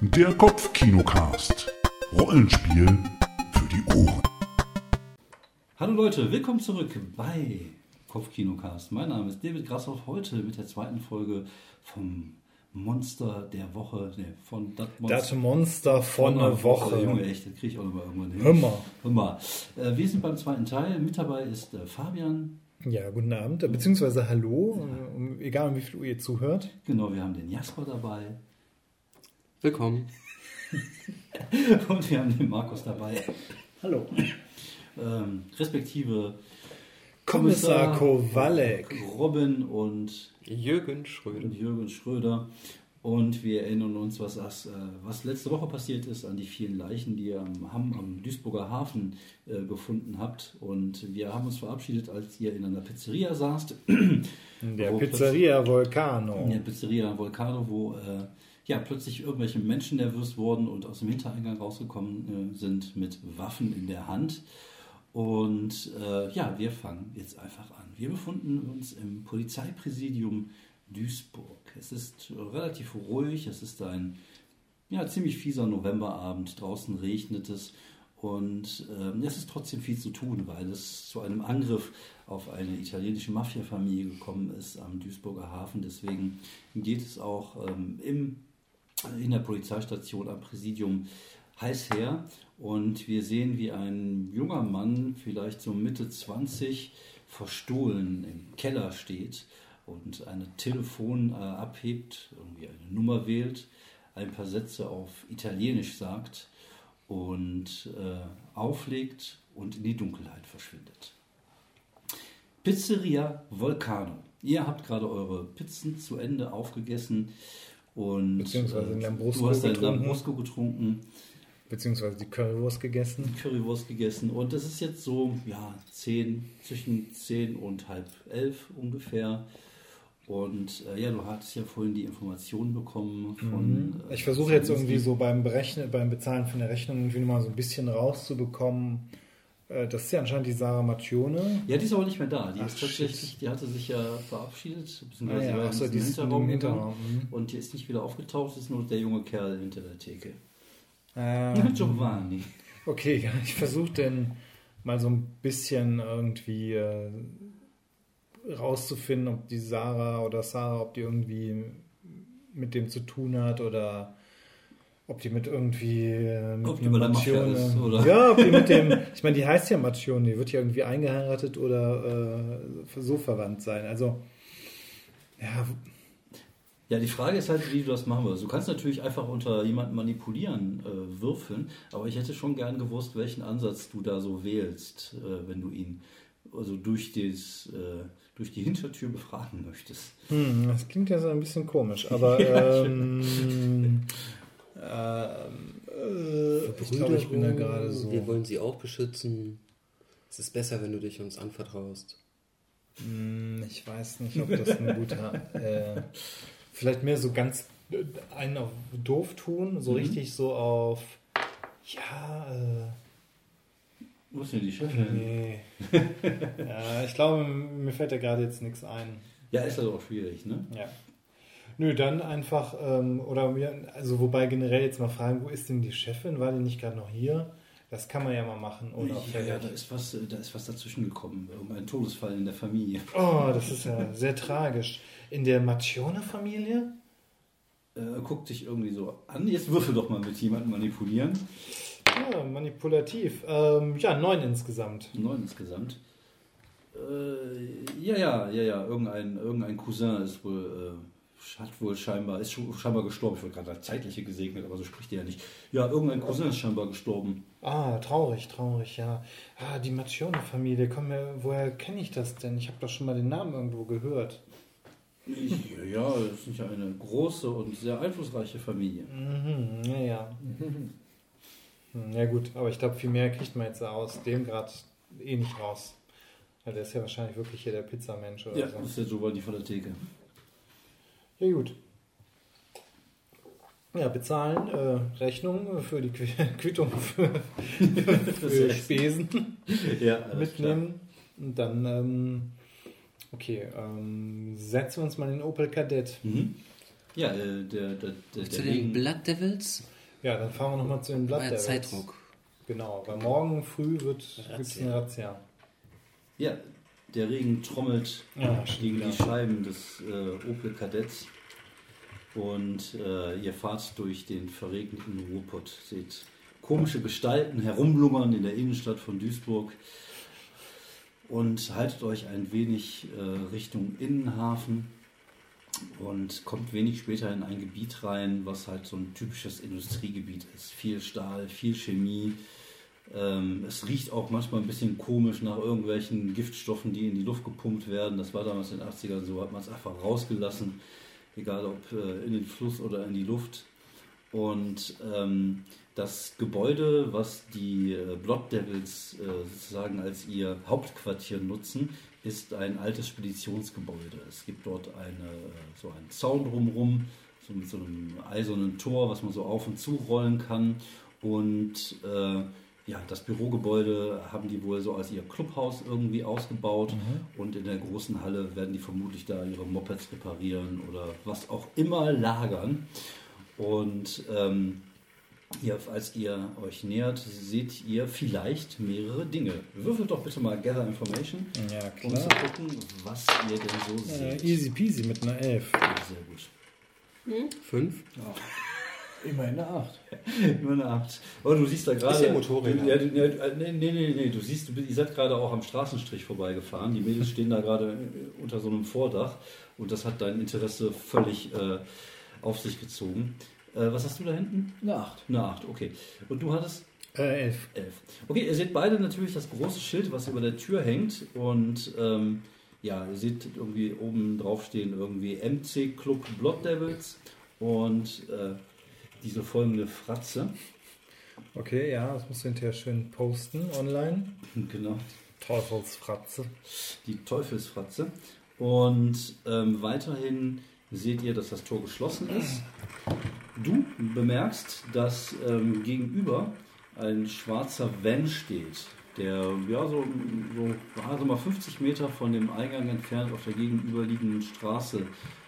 Der Kopfkinocast. Rollenspiel für die Ohren. Hallo Leute, willkommen zurück bei Kopfkinocast. Mein Name ist David Grashoff, heute mit der zweiten Folge vom Monster der Woche. Das Monster von der Woche. Junge, echt, das kriege ich auch noch mal irgendwann hin. Hör mal. Wir sind beim zweiten Teil. Mit dabei ist Fabian. Ja, guten Abend, beziehungsweise hallo, egal um wie viel Uhr ihr zuhört. Genau, wir haben den Jasper dabei. Willkommen. Und wir haben den Markus dabei. Hallo. Respektive Kommissar Kowalek, Robin und Jürgen Schröder. Und wir erinnern uns, was letzte Woche passiert ist, an die vielen Leichen, die ihr am Duisburger Hafen gefunden habt. Und wir haben uns verabschiedet, als ihr in einer Pizzeria saßt. In der Pizzeria Volcano. In der Pizzeria Volcano, wo plötzlich irgendwelche Menschen nervös wurden und aus dem Hintereingang rausgekommen sind mit Waffen in der Hand. Und wir fangen jetzt einfach an. Wir befinden uns im Polizeipräsidium Duisburg. Es ist relativ ruhig, es ist ein ziemlich fieser Novemberabend, draußen regnet es und es ist trotzdem viel zu tun, weil es zu einem Angriff auf eine italienische Mafia-Familie gekommen ist am Duisburger Hafen. Deswegen geht es auch in der Polizeistation am Präsidium heiß her und wir sehen, wie ein junger Mann, vielleicht so Mitte 20, verstohlen im Keller steht und ein Telefon abhebt, irgendwie eine Nummer wählt, ein paar Sätze auf Italienisch sagt und auflegt und in die Dunkelheit verschwindet. Pizzeria Volcano. Ihr habt gerade eure Pizzen zu Ende aufgegessen und beziehungsweise du hast dein Lambrusco getrunken. Beziehungsweise die Currywurst gegessen. Und es ist jetzt so, zwischen 10 und halb 11 ungefähr. Und du hattest ja vorhin die Informationen bekommen von... Ich versuche jetzt irgendwie so beim Bezahlen von der Rechnung irgendwie mal so ein bisschen rauszubekommen. Das ist ja anscheinend die Sarah Macchione. Ja, die ist aber nicht mehr da. Die hatte sich ja verabschiedet, beziehungsweise die ist im Hinterraum. Und die ist nicht wieder aufgetaucht, ist nur der junge Kerl hinter der Theke. Giovanni. Okay, ich versuche denn mal so ein bisschen irgendwie rauszufinden, ob die Sarah, ob die irgendwie mit dem zu tun hat oder ob die mit irgendwie ob die bei der Mafia ist, oder? Ja, ob die mit dem, ich meine, die heißt ja Macchione, die wird ja irgendwie eingeheiratet oder so verwandt sein. Also, ja, die Frage ist halt, wie du das machen willst. Du kannst natürlich einfach unter jemanden manipulieren, würfeln, aber ich hätte schon gern gewusst, welchen Ansatz du da so wählst, wenn du ihn also durch die Hintertür befragen möchtest. Das klingt ja so ein bisschen komisch, aber ich glaube, ich bin da gerade so. Wir wollen sie auch beschützen. Es ist besser, wenn du dich uns anvertraust. Ich weiß nicht, ob das ein guter... vielleicht mehr so ganz einen auf doof tun, so richtig so auf... Wo ist denn die Chefin? Nee. Ja, ich glaube, mir fällt da gerade jetzt nichts ein. Ja, ist also auch schwierig, ne? Ja. Nö, dann einfach, wobei generell jetzt mal fragen, wo ist denn die Chefin? War die nicht gerade noch hier? Das kann man ja mal machen. Oder da ist was dazwischen gekommen. Ein Todesfall in der Familie. Oh, das ist ja sehr tragisch. In der Macchione-Familie? Guckt dich irgendwie so an. Jetzt würfel doch mal mit jemandem manipulieren. Ja, manipulativ. 9 insgesamt. 9 insgesamt. Irgendein Cousin ist scheinbar gestorben. Ich wollte gerade sagen, zeitliche gesegnet, aber so spricht er ja nicht. Ja, irgendein Cousin ist scheinbar gestorben. Traurig, ja. Die Macchione-Familie, woher kenne ich das denn? Ich habe doch schon mal den Namen irgendwo gehört. Ja, das ist ja eine große und sehr einflussreiche Familie. Ja gut, aber ich glaube, viel mehr kriegt man jetzt aus dem gerade nicht raus. Weil der ist ja wahrscheinlich wirklich hier der Pizzamensch oder so. Ja, das ist ja Giovanni von der Theke. Ja gut. Ja, bezahlen, Rechnung für die Quittung für Spesen mitnehmen. Und dann, setzen wir uns mal in den Opel Kadett. Ja, der zu den Blood Devils? Ja, dann fahren wir nochmal zu den Blood Devils. Zeitdruck. Genau, weil morgen früh gibt es eine Razzia. Ja, der Regen trommelt gegen die Scheiben des Opel Kadetts und ihr fahrt durch den verregneten Ruhrpott. Seht komische Gestalten herumlungern in der Innenstadt von Duisburg und haltet euch ein wenig Richtung Innenhafen und kommt wenig später in ein Gebiet rein, was halt so ein typisches Industriegebiet ist. Viel Stahl, viel Chemie. Es riecht auch manchmal ein bisschen komisch nach irgendwelchen Giftstoffen, die in die Luft gepumpt werden. Das war damals in den 80ern so, hat man es einfach rausgelassen, egal ob in den Fluss oder in die Luft. Und das Gebäude, was die Blood Devils sozusagen als ihr Hauptquartier nutzen, ist ein altes Speditionsgebäude. Es gibt dort so einen Zaun drumherum, so mit so einem eisernen Tor, was man so auf und zu rollen kann. Und das Bürogebäude haben die wohl so als ihr Clubhaus irgendwie ausgebaut. Und in der großen Halle werden die vermutlich da ihre Mopeds reparieren oder was auch immer lagern. Und als ihr euch nähert, seht ihr vielleicht mehrere Dinge. Würfelt doch bitte mal Gather Information, um zu gucken, was ihr denn so seht. Easy peasy mit einer 11. Sehr gut. 5? Ja. Immerhin eine 8. Nur eine 8. Aber du siehst da gerade... Ist ja Motorräder. Nee. Du siehst, ihr seid gerade auch am Straßenstrich vorbeigefahren. Die Mädels stehen da gerade unter so einem Vordach und das hat dein Interesse völlig auf sich gezogen. Was hast du da hinten? Eine 8. Eine 8, okay. Und du hattest? 11. 11. Okay, ihr seht beide natürlich das große Schild, was über der Tür hängt. Und ihr seht irgendwie oben drauf stehen irgendwie MC Club Blood Devils und diese folgende Fratze. Okay, ja, das musst du hinterher schön posten online. Genau. Teufelsfratze. Die Teufelsfratze. Und weiterhin seht ihr, dass das Tor geschlossen ist. Du bemerkst, dass gegenüber ein schwarzer Van steht, der so mal 50 Meter von dem Eingang entfernt auf der gegenüberliegenden Straße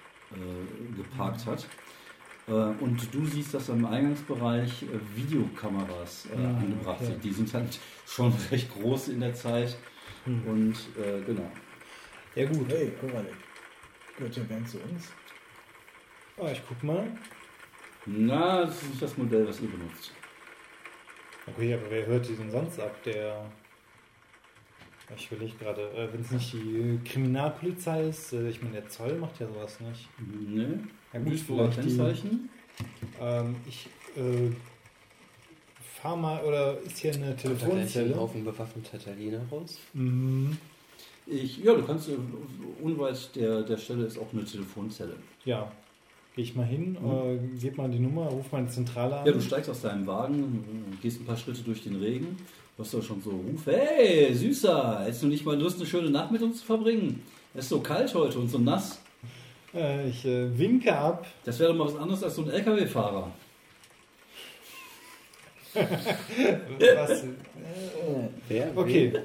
geparkt hat. Und du siehst, dass am Eingangsbereich Videokameras angebracht sind. Die sind halt schon recht groß in der Zeit. Und genau. Ja gut. Hey, guck mal, gehört der Band zu uns? Ich guck mal. Na, das ist nicht das Modell, was ihr benutzt. Okay, aber wer hört die denn sonst ab? Ich will nicht gerade, wenn es nicht die Kriminalpolizei ist, ich meine, der Zoll macht ja sowas nicht. Ne? Ja gut, vielleicht Kennzeichen. Ich fahr mal, oder ist hier eine Telefonzelle? Auf ein bewaffneter Italiener raus? Du kannst, unweit der Stelle ist auch eine Telefonzelle. Ja. Gehe ich mal hin, gebe mal die Nummer, ruf meine Zentrale an. Ja, du steigst aus deinem Wagen, gehst ein paar Schritte durch den Regen, du hast doch schon so Ruf, hey, Süßer, hättest du nicht mal Lust, eine schöne Nacht mit uns zu verbringen? Es ist so kalt heute und so nass. Ich winke ab. Das wäre doch mal was anderes als so ein LKW-Fahrer. Was? Wer? Okay.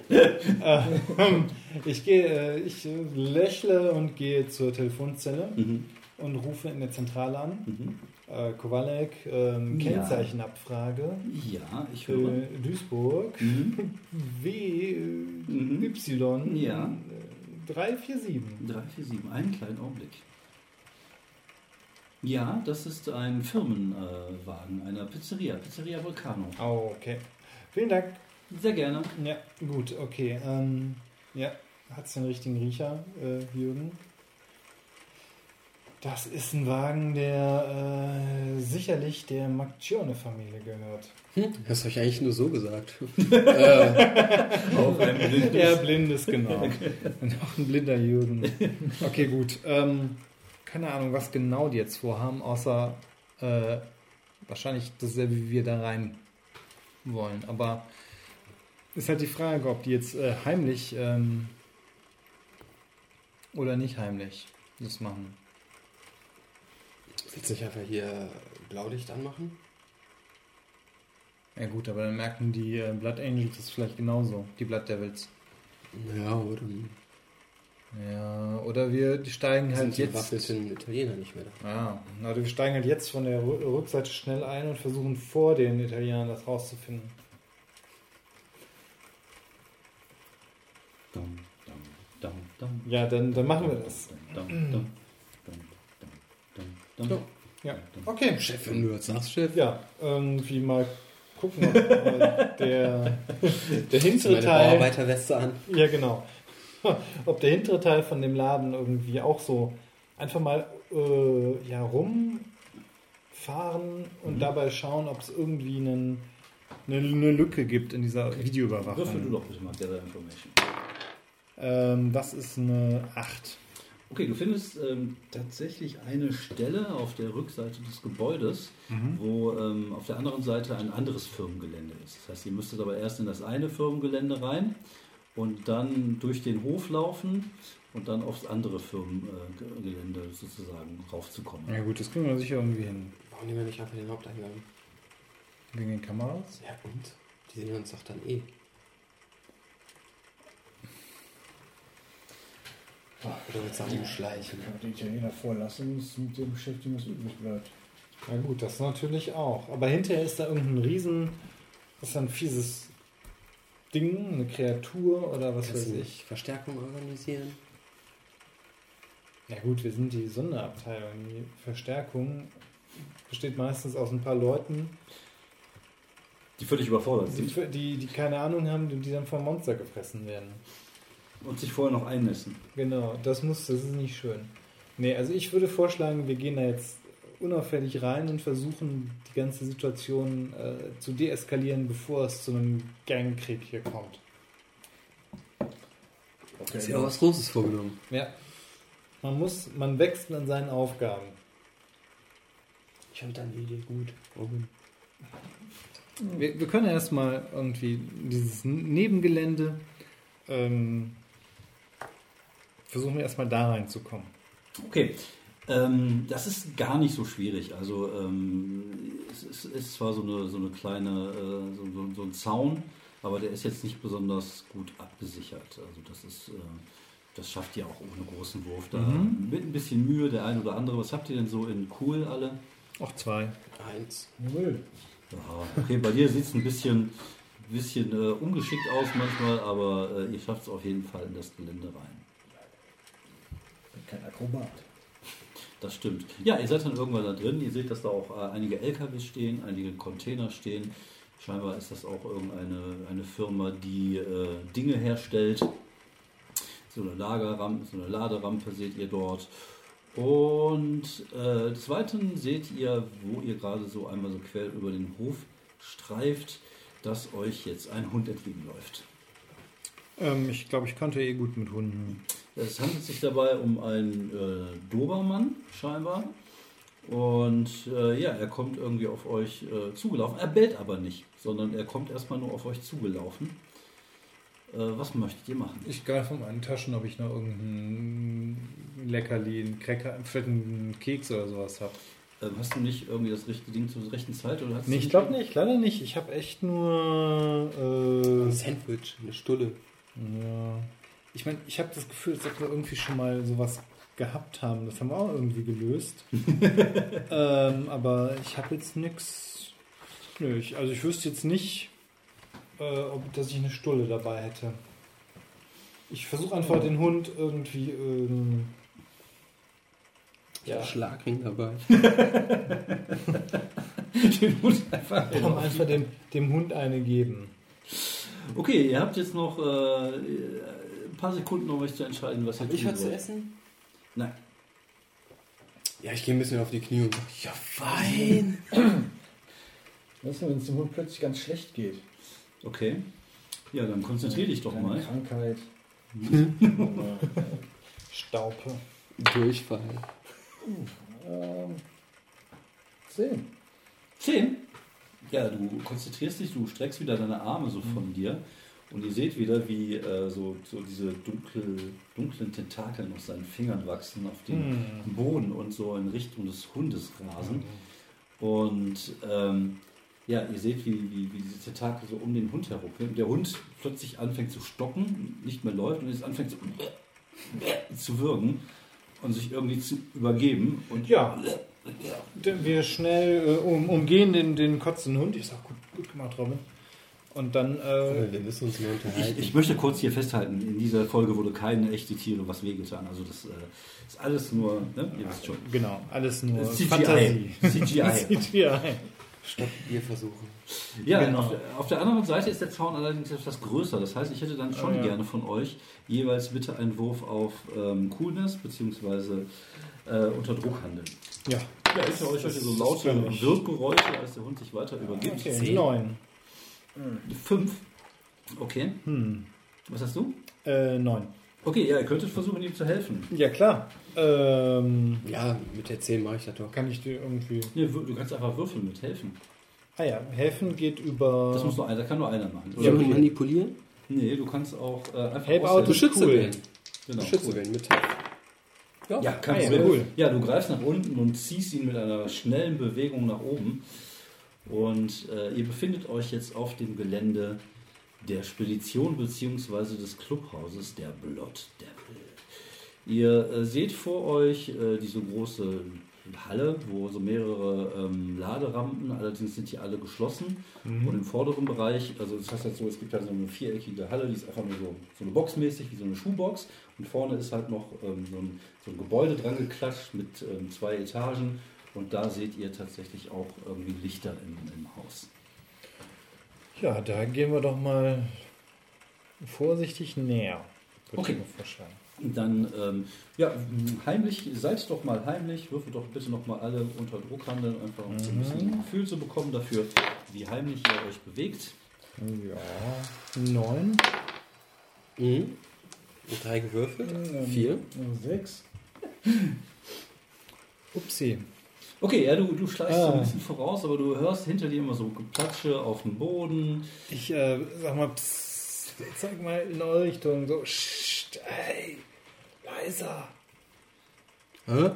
Ich lächle und gehe zur Telefonzelle. Und rufe in der Zentrale an. Kowalek, Kennzeichenabfrage. Ja, ich höre. Duisburg. WY. Ja. 347. 347, einen kleinen Augenblick. Ja, das ist ein Firmenwagen einer Pizzeria. Pizzeria Vulcano. Oh, okay. Vielen Dank. Sehr gerne. Ja, gut, okay. Hat es den richtigen Riecher, Jürgen? Das ist ein Wagen, der sicherlich der Macchione-Familie gehört. Hast du euch eigentlich nur so gesagt? Auch ein blindes. Er blind ist, genau. Und auch ein blinder Jürgen. Okay, gut. Keine Ahnung, was genau die jetzt vorhaben, außer wahrscheinlich dasselbe, wie wir da rein wollen. Aber ist halt die Frage, ob die jetzt heimlich oder nicht heimlich das machen. Willst du nicht einfach hier Blaulicht anmachen? Ja gut, aber dann merken die Blood Angels das vielleicht genauso, die Blood Devils. Ja, oder? Ja, oder wir steigen halt Sind die jetzt... waffelten Italiener nicht mehr da. Ja, oder wir steigen halt jetzt von der Rückseite schnell ein und versuchen vor den Italienern das rauszufinden. Ja, dann machen wir das. Ja, okay. Chef, wenn du jetzt sagst, Chef. Ja, irgendwie mal gucken, ob der hintere Meine Teil... Bauarbeiterweste an. Ja, genau. Ob der hintere Teil von dem Laden irgendwie auch so einfach mal rumfahren und dabei schauen, ob es irgendwie eine Lücke gibt in dieser Videoüberwachung. Würfel du doch bitte mal Gather Information. Das ist eine 8. Okay, du findest tatsächlich eine Stelle auf der Rückseite des Gebäudes, wo auf der anderen Seite ein anderes Firmengelände ist. Das heißt, ihr müsstet aber erst in das eine Firmengelände rein und dann durch den Hof laufen und dann aufs andere Firmengelände sozusagen raufzukommen. Ja gut, das kriegen wir sicher irgendwie hin. Warum nehmen wir nicht einfach den Haupteingang? Wegen den Kameras? Ja und? Die sehen uns doch dann eh. Oder willst du nach ihm schleichen? Kann man die Italiener vorlassen, ist mit dem beschäftigen, was übrig bleibt. Na gut, das natürlich auch. Aber hinterher ist da irgendein das ist ein fieses Ding, eine Kreatur oder was weiß ich. Verstärkung organisieren? Ja gut, wir sind die Sonderabteilung. Die Verstärkung besteht meistens aus ein paar Leuten, Die völlig überfordert sind die keine Ahnung haben und die dann vom Monster gefressen werden. und sich vorher noch einnässen. Genau, das ist nicht schön. Nee, also ich würde vorschlagen, wir gehen da jetzt unauffällig rein und versuchen, die ganze Situation zu deeskalieren, bevor es zu einem Gangkrieg hier kommt. Okay, Ist ja auch was Großes vorgenommen. Ja. Man wächst an seinen Aufgaben. Ich fand deine Idee gut. Wir können erstmal irgendwie dieses Nebengelände versuchen wir erstmal da reinzukommen. Okay, das ist gar nicht so schwierig. Also es ist zwar so eine kleine, so ein Zaun, aber der ist jetzt nicht besonders gut abgesichert. Also das schafft ihr auch ohne großen Wurf. Da mit ein bisschen Mühe, der ein oder andere. Was habt ihr denn so in cool alle? Auch 2. 1. 0. Ja, okay, bei dir sieht es ein bisschen ungeschickt aus manchmal, aber ihr schafft es auf jeden Fall in das Gelände rein. Ich bin kein Akrobat. Das stimmt. Ja, ihr seid dann irgendwann da drin. Ihr seht, dass da auch einige LKWs stehen, einige Container stehen. Scheinbar ist das auch eine Firma, die Dinge herstellt. So eine Lagerrampe, so eine Laderampe seht ihr dort. Und des Weiteren seht ihr, wo ihr gerade so einmal so quer über den Hof streift, dass euch jetzt ein Hund entgegenläuft. Ich glaube, ich konnte gut mit Hunden. Es handelt sich dabei um einen Dobermann scheinbar. Und er kommt irgendwie auf euch zugelaufen. Er bellt aber nicht, sondern er kommt erstmal nur auf euch zugelaufen. Was möchtet ihr machen? Ich greife in meine Taschen, ob ich noch irgendein Leckerli, einen Cracker, vielleicht einen Keks oder sowas habe. Hast du nicht irgendwie das richtige Ding zur rechten Zeit? Oder Nee, ich glaube nicht, leider nicht. Ich habe echt nur... Ein Sandwich, eine Stulle. Ja. Ich meine, ich habe das Gefühl, als ob wir irgendwie schon mal sowas gehabt haben. Das haben wir auch irgendwie gelöst. Aber ich habe jetzt nichts... Nö, ich wüsste jetzt nicht, dass ich eine Stulle dabei hätte. Ich versuche einfach den Hund irgendwie... Schlagring dabei. Den Hund einfach dem Hund eine geben. Okay, ihr habt jetzt noch ein paar Sekunden, um euch zu entscheiden, was ihr Hab ich tun was zu wollt. essen? Nein. Ja, ich gehe ein bisschen auf die Knie und sage, ja, fein. Was ist denn, wenn es dem Hund plötzlich ganz schlecht geht? Okay. Ja, dann konzentrier dich doch Keine mal. Krankheit. Staupe. Durchfall. 10. 10? Ja, du konzentrierst dich, du streckst wieder deine Arme so von dir und ihr seht wieder, wie so diese dunklen Tentakeln aus seinen Fingern wachsen auf den Boden und so in Richtung des Hundes rasen. Und ihr seht, wie diese Tentakel so um den Hund herum. Der Hund plötzlich anfängt zu stocken, nicht mehr läuft und jetzt anfängt so zu würgen und sich irgendwie zu übergeben. Und Ja. Wir schnell umgehen den kotzenden Hund. Ich sag, gut gemacht, Robin. Und dann... wir müssen uns nur unterhalten. Ich möchte kurz hier festhalten, in dieser Folge wurde keine echte Tiere was wehgetan. Also das ist alles nur, ne? Ihr wisst schon. Genau, alles nur CGI. Fantasie. CGI. Stopp, wir versuchen. Ja, Genau. auf der anderen Seite ist der Zaun allerdings etwas größer. Das heißt, ich hätte dann schon gerne von euch jeweils bitte einen Wurf auf Coolness bzw. unter Druck handeln. Ja. Ja, ist ja euch heute so laute Wirkgeräusche, als der Hund sich weiter übergibt. Okay, 9. 5. Okay. Was hast du? 9. Okay, ja, ihr könntet versuchen, ihm zu helfen. Ja, klar. Ja, mit der 10 mache ich das doch. Kann ich dir irgendwie... Nee, du kannst einfach würfeln mit helfen. Ah ja, helfen geht über... Das kann nur einer machen. Oder manipulieren? Nee, du kannst auch einfach Help out aushelfen. is Beschütze cool. wählen. Genau, Beschütze cool. wählen mit. Ja, kein Ah, ja, Problem. cool. Ja, du greifst nach unten und ziehst ihn mit einer schnellen Bewegung nach oben. Und ihr befindet euch jetzt auf dem Gelände der Spedition bzw. des Clubhauses der Blood Devil. Ihr seht vor euch diese große Halle, wo so mehrere Laderampen, allerdings sind die alle geschlossen. Und im vorderen Bereich, also das heißt halt so, es gibt ja so eine viereckige Halle, die ist einfach nur so eine Box mäßig, wie so eine Schuhbox. Und vorne ist halt noch so ein Gebäude dran geklatscht mit 2 Etagen. Und da seht ihr tatsächlich auch irgendwie Lichter im Haus. Ja, da gehen wir doch mal vorsichtig näher. Würde Okay. ich mir vorschlagen. Und dann, heimlich, seid doch mal heimlich, würfelt doch bitte noch mal alle unter Druck handeln, einfach um so ein bisschen ein Gefühl zu bekommen dafür, wie heimlich ihr euch bewegt. Ja, 9. Und 3 gewürfelt? 4. 6. Upsi. Okay, ja, du schleichst so ein bisschen voraus, aber du hörst hinter dir immer so Geplatsche auf dem Boden. Ich sag mal, psst, zeig mal in eure Richtung. So, psst, ey, leiser. Hä?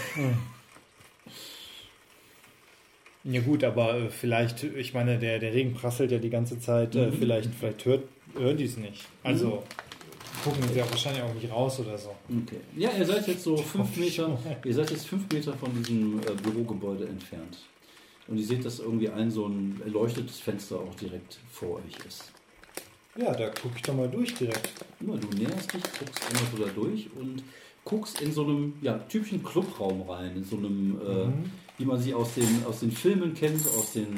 Ja gut, aber vielleicht, ich meine, der Regen prasselt ja die ganze Zeit. Vielleicht hören die es nicht. Also gucken sie ja wahrscheinlich auch nicht raus oder so. Okay. Ja, ihr seid jetzt so 5 Meter, ihr seid jetzt 5 Meter von diesem Bürogebäude entfernt. Und ihr seht, dass irgendwie so ein erleuchtetes Fenster auch direkt vor euch ist. Ja, da gucke ich doch mal durch direkt. Ja, du näherst dich, guckst immer so da durch und guckst in so einem typischen Clubraum rein, in so einem, wie man sie aus den Filmen kennt, aus den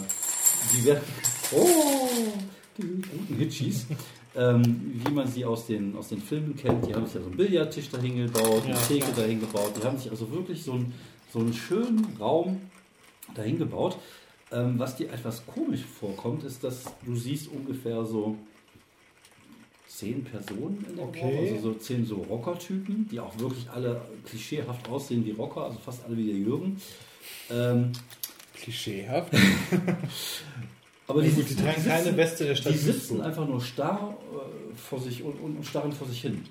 die guten Hitchis, wie man sie aus den Filmen kennt. Die haben sich ja so einen Billardtisch dahin gebaut, eine Theke dahin gebaut. Die haben sich also wirklich so einen schönen Raum dahin gebaut. Was dir etwas komisch vorkommt, ist, dass du siehst ungefähr so 10 Personen in dem Raum, also so 10 so Rocker-Typen, die auch wirklich alle klischeehaft aussehen wie Rocker, also fast alle wie der Jürgen. Klischeehaft? Aber Die tragen keine Weste der Stadt. Die sitzen einfach nur starr vor sich und starren vor sich hin.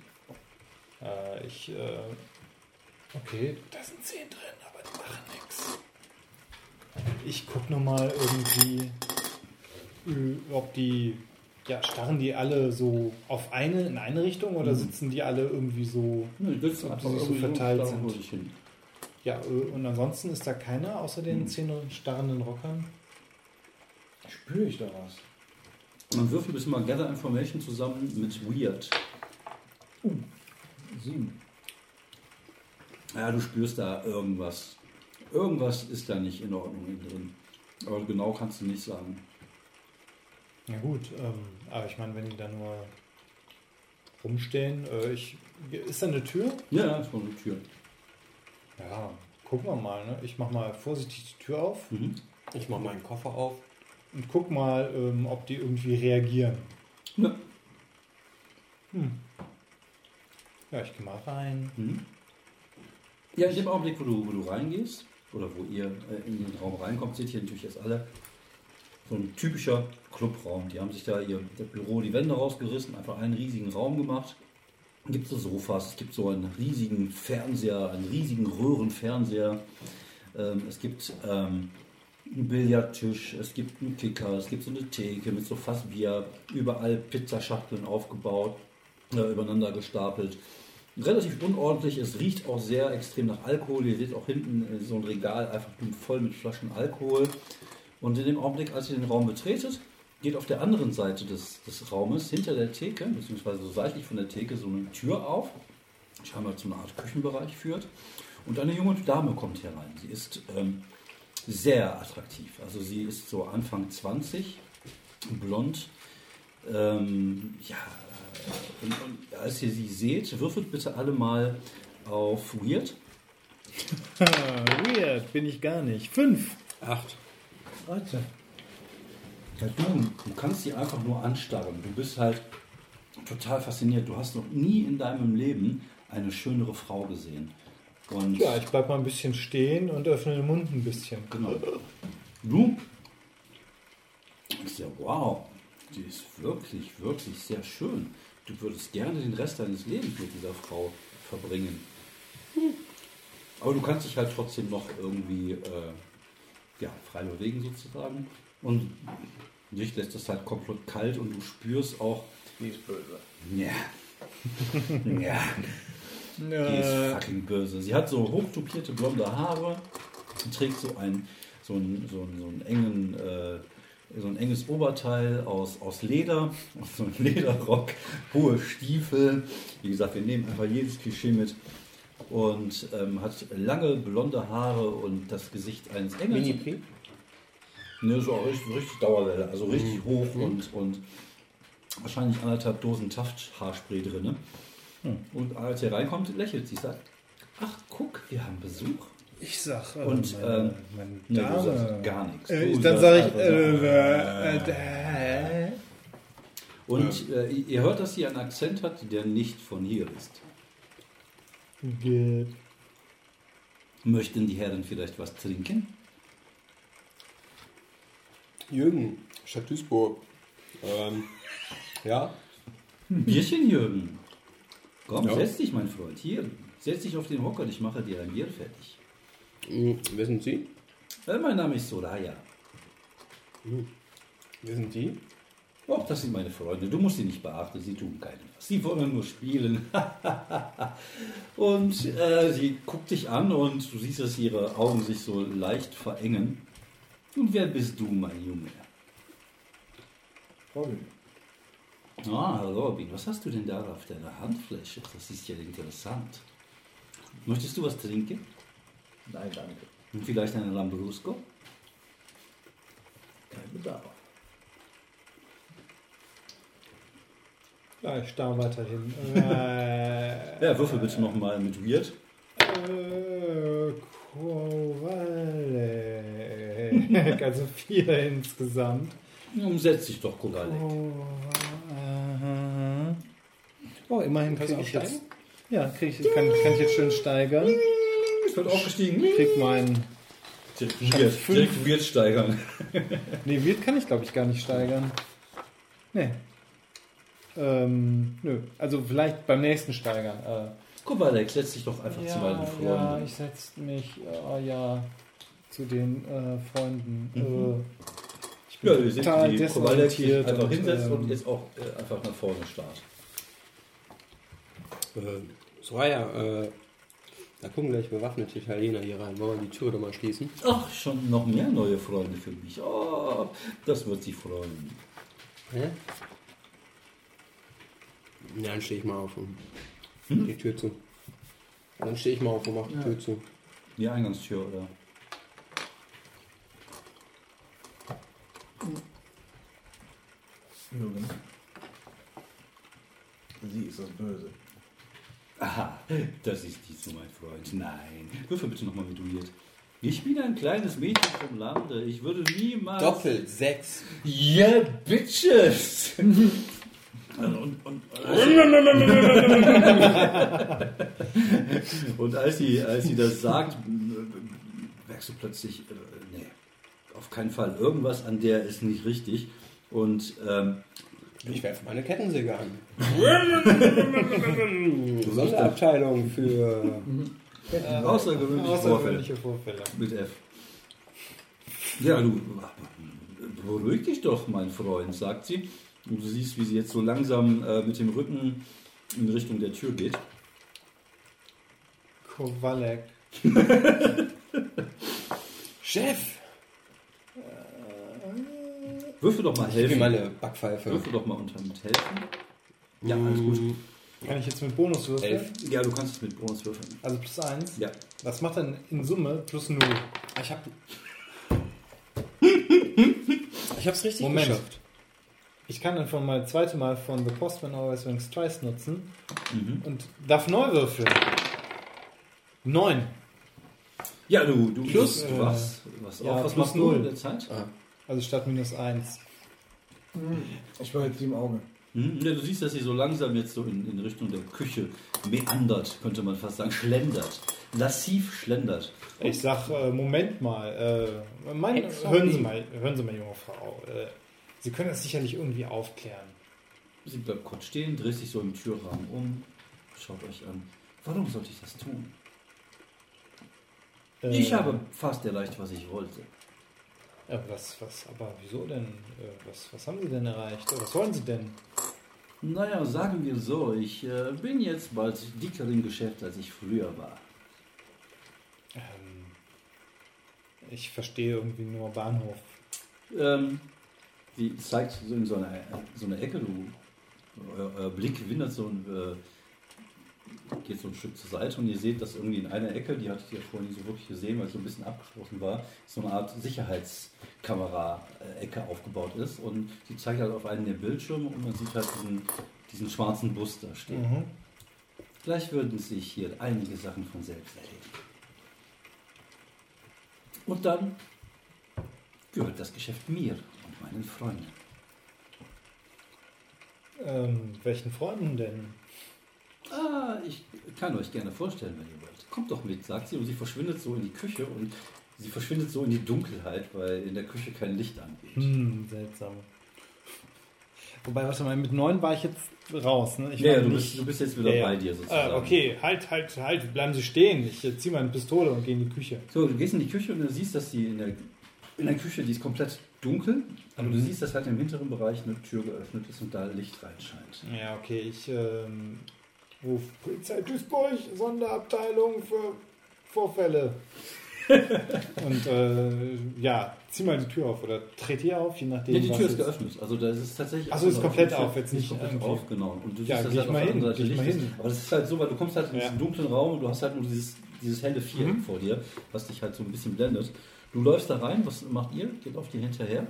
Okay, da sind 10 drin, aber die machen nichts. Ich guck nochmal irgendwie, ob die, starren die alle so in eine Richtung oder sitzen die alle irgendwie so, Die sitzen ob einfach die so irgendwie verteilt starren vor sind? sich hin. Ja, und ansonsten ist da keiner außer den 10 starrenden Rockern? Spüre ich da was? Man würfelt bis mal Gather Information zusammen mit Weird. 7. Ja, du spürst da irgendwas. Irgendwas ist da nicht in Ordnung innen drin. Aber genau kannst du nicht sagen. Na gut, aber ich meine, wenn die da nur rumstehen, ist da eine Tür? Ja, das ist nur eine Tür. Ja, gucken wir mal, ne? Ich mach mal vorsichtig die Tür auf Ich mache meinen Koffer auf. und guck mal, ob die irgendwie reagieren. Ja. Ja, ich gehe mal rein. Ja, in dem Augenblick, wo du reingehst, oder wo ihr in den Raum reinkommt, seht ihr natürlich jetzt alle so ein typischer Clubraum. Die haben sich da das Büro die Wände rausgerissen, einfach einen riesigen Raum gemacht. Es gibt so Sofas, es gibt so einen riesigen Fernseher, einen riesigen Röhrenfernseher. Es gibt einen Billardtisch, es gibt einen Kicker, es gibt so eine Theke mit so Fassbier, überall Pizzaschachteln aufgebaut, übereinander gestapelt. relativ unordentlich. Es riecht auch sehr extrem nach Alkohol. Ihr seht auch hinten so ein Regal einfach voll mit Flaschen Alkohol. Und in dem Augenblick, als ihr den Raum betretet, geht auf der anderen Seite des Raumes, hinter der Theke, beziehungsweise so seitlich von der Theke, so eine Tür auf, die scheinbar zu einer Art Küchenbereich führt. Und eine junge Dame kommt herein. Sie ist sehr attraktiv. Also sie ist so Anfang 20, blond. Und als ihr sie seht, würfelt bitte alle mal auf Weird. Weird, bin ich gar nicht. 5. 8. Leute. Ja, du kannst sie einfach nur anstarren. Du bist halt total fasziniert. Du hast noch nie in deinem Leben eine schönere Frau gesehen. Und Ja, ich bleib mal ein bisschen stehen und öffne den Mund ein bisschen. genau. Du denkst ja, wow, die ist wirklich, wirklich sehr schön. Du würdest gerne den Rest deines Lebens mit dieser Frau verbringen. Aber du kannst dich halt trotzdem noch irgendwie frei bewegen sozusagen. Und dich lässt das halt komplett kalt und du spürst auch... Die ist böse. Ja. Ja. Die ist fucking böse. Sie hat so hochtupierte blonde Haare und trägt so ein enges Oberteil aus Leder, so ein Lederrock, hohe Stiefel. Wie gesagt, wir nehmen einfach jedes Klischee mit. Und hat lange blonde Haare und das Gesicht eines Engels. Mini-Pri? Ne, so richtig Dauerwelle, also richtig hoch und wahrscheinlich 1,5 Dosen Taft-Haarspray drin. Und als er reinkommt, lächelt sie, sagt, ach guck, wir haben Besuch. Ich sag, Und meine ne, du Dame. sagst gar nichts. Dann sage ich, Und ihr hört, dass sie einen Akzent hat, der nicht von hier ist. geht. Möchten die Herren vielleicht was trinken? Jürgen, Stadt Duisburg. Ja? Ein Bierchen, Jürgen. Komm, Ja. setz dich, mein Freund. Hier, setz dich auf den Hocker, ich mache dir ein Bier fertig. Wer sind Sie? Mein Name ist Soraya. Wer sind die? Oh, das sind meine Freunde. Du musst sie nicht beachten, sie tun keinen was. Sie wollen nur spielen. Und sie guckt dich an und du siehst, dass ihre Augen sich so leicht verengen. Und wer bist du, mein Junge? Robin. Ah, Robin, was hast du denn da auf deiner Handfläche? Das ist ja interessant. Möchtest du was trinken? Nein, danke. Und vielleicht eine Lambrusco? Kein Bedarf. Ja, ich starr weiterhin. Ja, würfel bitte nochmal mit Weird. Kowalek. Also 4 insgesamt. Setz dich doch, Kowalek. Oh, immerhin Kannst du kriege auch ich jetzt. steigen? Ja, kann ich jetzt schön steigern. Es wird aufgestiegen. Krieg mein. Direkt Weird steigern. Nee, Wirt kann ich glaube ich gar nicht steigern. Nee. Nö. Also vielleicht beim nächsten steigern. Kowalek, setz dich doch einfach zu meinen Freunden. Ja, ich setze mich zu den Freunden. Ich bin Ja, ihr seht, total wie Kowalek sich desorientiert einfach und, hinsetzt und jetzt auch einfach nach vorne starrt. Soraya, da kommen gleich bewaffnete Italiener hier rein. Wollen wir die Tür doch mal schließen? Ach, schon noch mehr neue Freunde für mich. Oh, das wird sie freuen. Hä? Ja, dann stehe ich mal auf und die Tür zu. Dann stehe ich mal auf und mache die Tür zu. Die Eingangstür, oder? Jürgen. Sie ist das Böse. Aha, das ist nicht so, mein Freund. Nein. Würfel bitte nochmal mit Weird. Ich bin ein kleines Mädchen vom Lande. Ich würde niemals... Doppelt 6. Yeah, bitches! Und als sie das sagt, merkst du plötzlich, nee, auf keinen Fall. Irgendwas an der ist nicht richtig. Und Ich werfe meine Kettensäge an. Sonderabteilung für außergewöhnliche Vorfälle. Mit F. Ja, du beruhig dich doch, mein Freund, sagt sie. Und du siehst, wie sie jetzt so langsam mit dem Rücken in Richtung der Tür geht. Kowalek. Chef! Würfel doch mal Ich gebe helfen. meine Backpfeife. Würfel doch mal mit helfen. Ja, alles gut. Kann ich jetzt mit Bonus würfeln? 11. Ja, du kannst es mit Bonus würfeln. Also plus 1. Ja. Was macht denn in Summe plus 0? Ich hab's richtig Moment. geschafft. Ich kann dann von mal zweite Mal von The Postman Always Rings Twice nutzen und darf neu würfeln. 9. Ja, du Plus, was ja, auf. Was plus machst du 0. in der Zeit? Also statt minus 1. Ich war jetzt im Auge. Ja, du siehst, dass sie so langsam jetzt so in Richtung der Küche meandert, könnte man fast sagen, schlendert. Lassiv schlendert. Ich sag, Moment mal. Hören Sie mal, junge Frau. Sie können das sicherlich irgendwie aufklären. Sie bleibt kurz stehen, dreht sich so im Türrahmen um, schaut euch an. Warum sollte ich das tun? Ich habe fast erreicht, was ich wollte. Aber wieso denn? Was haben Sie denn erreicht? Was wollen Sie denn? Naja, sagen wir so, ich bin jetzt bald dicker im Geschäft, als ich früher war. Ich verstehe irgendwie nur Bahnhof. Die zeigt so in so eine Ecke, euer Blick wandert geht so ein Stück zur Seite und ihr seht, dass irgendwie in einer Ecke, die hattet ihr vorhin nicht so wirklich gesehen, weil es so ein bisschen abgeschlossen war, so eine Art Sicherheitskamera-Ecke aufgebaut ist und die zeigt halt auf einen der Bildschirme und man sieht halt diesen schwarzen Bus da stehen. Mhm. Gleich würden sich hier einige Sachen von selbst erledigen. Und dann gehört das Geschäft mir und meinen Freunden. Welchen Freunden denn? Ich kann euch gerne vorstellen, wenn ihr wollt. Kommt doch mit, sagt sie, und sie verschwindet so in die Küche und sie verschwindet so in die Dunkelheit, weil in der Küche kein Licht angeht. Seltsam. Wobei, was mal, mit 9 war ich jetzt raus. Ne? Du bist jetzt wieder bei dir sozusagen. Okay, halt, bleiben Sie stehen. Ich ziehe meine Pistole und gehe in die Küche. So, du gehst in die Küche und du siehst, dass die in der Küche, die ist komplett dunkel, aber du siehst, dass halt im hinteren Bereich eine Tür geöffnet ist und da Licht reinscheint. Ja, okay, ich rufe Polizei Duisburg, Sonderabteilung für Vorfälle. Und zieh mal die Tür auf oder trete hier auf, je nachdem. Ja, die Tür ist geöffnet. Also das ist tatsächlich. Achso, ist komplett auf, jetzt nicht komplett auf, genau. Und du siehst, ja, dass geh halt ich mal auf der hin, anderen Seite geh ich mal Licht hin. ist. Aber das ist halt so, weil du kommst halt in diesen dunklen Raum und du hast halt nur dieses helle Viereck vor dir, was dich halt so ein bisschen blendet. Du läufst da rein, was macht ihr? Geht auf dir hinterher.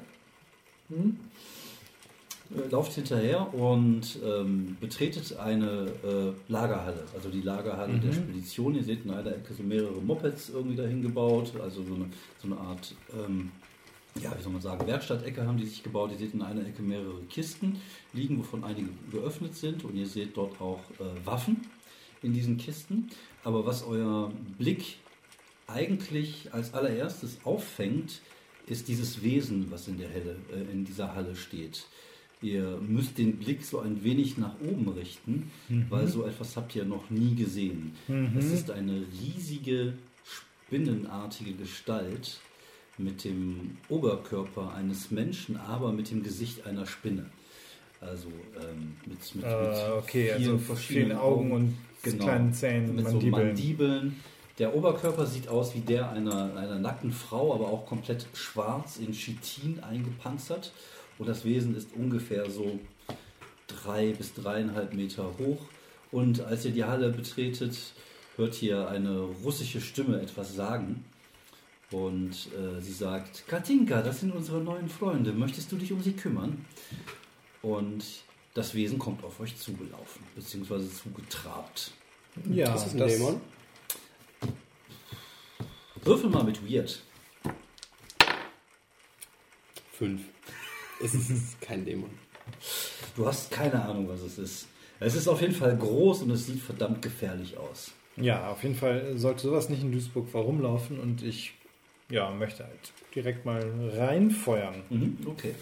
Lauft hinterher und betretet eine Lagerhalle, also die Lagerhalle der Spedition. Ihr seht in einer Ecke so mehrere Mopeds irgendwie dahin gebaut, also so eine Art, wie soll man sagen, Werkstattecke haben die sich gebaut. Ihr seht in einer Ecke mehrere Kisten liegen, wovon einige geöffnet sind und ihr seht dort auch Waffen in diesen Kisten. Aber was euer Blick eigentlich als allererstes auffängt, ist dieses Wesen, was in dieser Halle steht. Ihr müsst den Blick so ein wenig nach oben richten, weil so etwas habt ihr noch nie gesehen. Es ist eine riesige, spinnenartige Gestalt mit dem Oberkörper eines Menschen, aber mit dem Gesicht einer Spinne. Also mit vielen verschiedenen Augen und kleinen Zähnen, mit so Mandibeln. Der Oberkörper sieht aus wie der einer nackten Frau, aber auch komplett schwarz in Chitin eingepanzert. Und das Wesen ist ungefähr so 3 bis 3,5 Meter hoch. Und als ihr die Halle betretet, hört ihr eine russische Stimme etwas sagen. Und sie sagt, Katinka, das sind unsere neuen Freunde. Möchtest du dich um sie kümmern? Und das Wesen kommt auf euch zugelaufen, beziehungsweise zugetrabt. Ja, ist das ein Dämon? Würfel mal mit Weird. 5. Es ist kein Dämon. Du hast keine Ahnung, was es ist. Es ist auf jeden Fall groß und es sieht verdammt gefährlich aus. Ja, auf jeden Fall sollte sowas nicht in Duisburg rumlaufen und ich möchte halt direkt mal reinfeuern. Okay.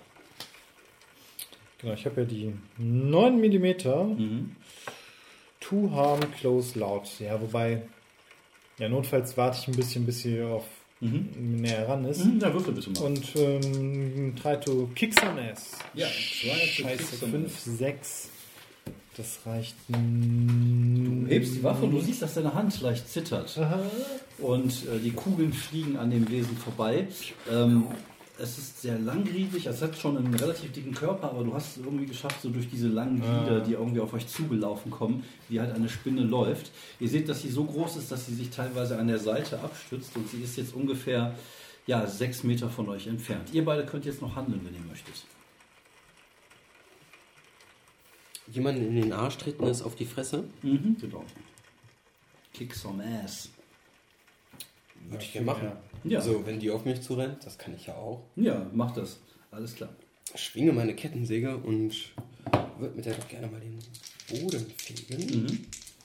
Genau, ich habe ja die 9 mm. To harm, close, loud. Ja, wobei, notfalls warte ich ein bisschen, bis sie auf näher ran ist. Ja, würfel bitte mal. Und try to kick some ass. Ja, Scheiße, 5, 6. Das reicht. Du hebst die Waffe und du siehst, dass deine Hand leicht zittert. Aha. Und die Kugeln fliegen an dem Wesen vorbei. Es ist sehr langriebig, es hat schon einen relativ dicken Körper, aber du hast es irgendwie geschafft, so durch diese langen Glieder, die irgendwie auf euch zugelaufen kommen, wie halt eine Spinne läuft. Ihr seht, dass sie so groß ist, dass sie sich teilweise an der Seite abstützt und sie ist jetzt ungefähr 6 Meter von euch entfernt. Ihr beide könnt jetzt noch handeln, wenn ihr möchtet. Jemanden in den Arsch treten ist auf die Fresse? Mhm, genau. Kick some ass. Würde ich ja machen. Ja. Also, wenn die auf mich zurennt, das kann ich ja auch. Ja, mach das. Alles klar. Ich schwinge meine Kettensäge und würde mit der doch gerne mal den Boden fegen. Mhm.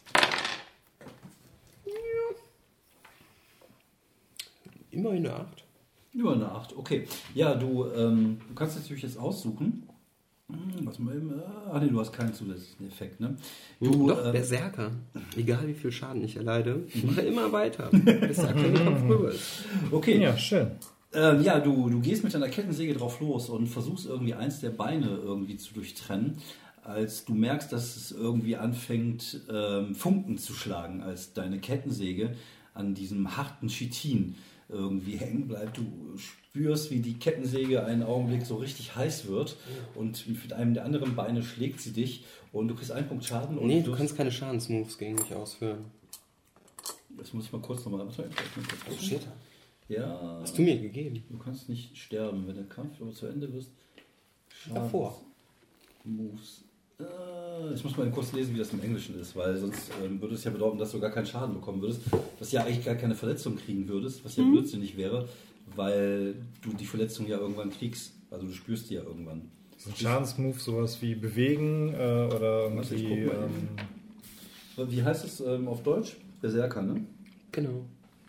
Immer eine 8. Über eine 8, okay. Ja, du kannst natürlich jetzt aussuchen. Was mal eben. Nee, du hast keinen zusätzlichen Effekt, ne? Doch, Berserker. Egal wie viel Schaden ich erleide, ich mache immer weiter, bis der aktuelle Kampf rüber ist. Okay. Ja, schön. Du gehst mit deiner Kettensäge drauf los und versuchst irgendwie eins der Beine irgendwie zu durchtrennen, als du merkst, dass es irgendwie anfängt, Funken zu schlagen, als deine Kettensäge an diesem harten Chitin irgendwie hängen bleibt. Du spürst, wie die Kettensäge einen Augenblick so richtig heiß wird und mit einem der anderen Beine schlägt sie dich und du kriegst 1 Punkt Schaden. Und Nee, du kannst keine Schadensmoves gegen mich ausführen. Das muss ich mal kurz nochmal. Oh, shit. Ja. Hast du mir gegeben? Du kannst nicht sterben, wenn der Kampf aber zu Ende ist. Davor. Moves. Ich muss mal kurz lesen, wie das im Englischen ist, weil sonst würde es ja bedeuten, dass du gar keinen Schaden bekommen würdest, dass ja eigentlich gar keine Verletzung kriegen würdest, was ja blödsinnig wäre, weil du die Verletzung ja irgendwann kriegst. Also du spürst die ja irgendwann. Ein Schadensmove, sowas wie bewegen oder irgendwie. Wie heißt es auf Deutsch? Berserker, ne? Genau.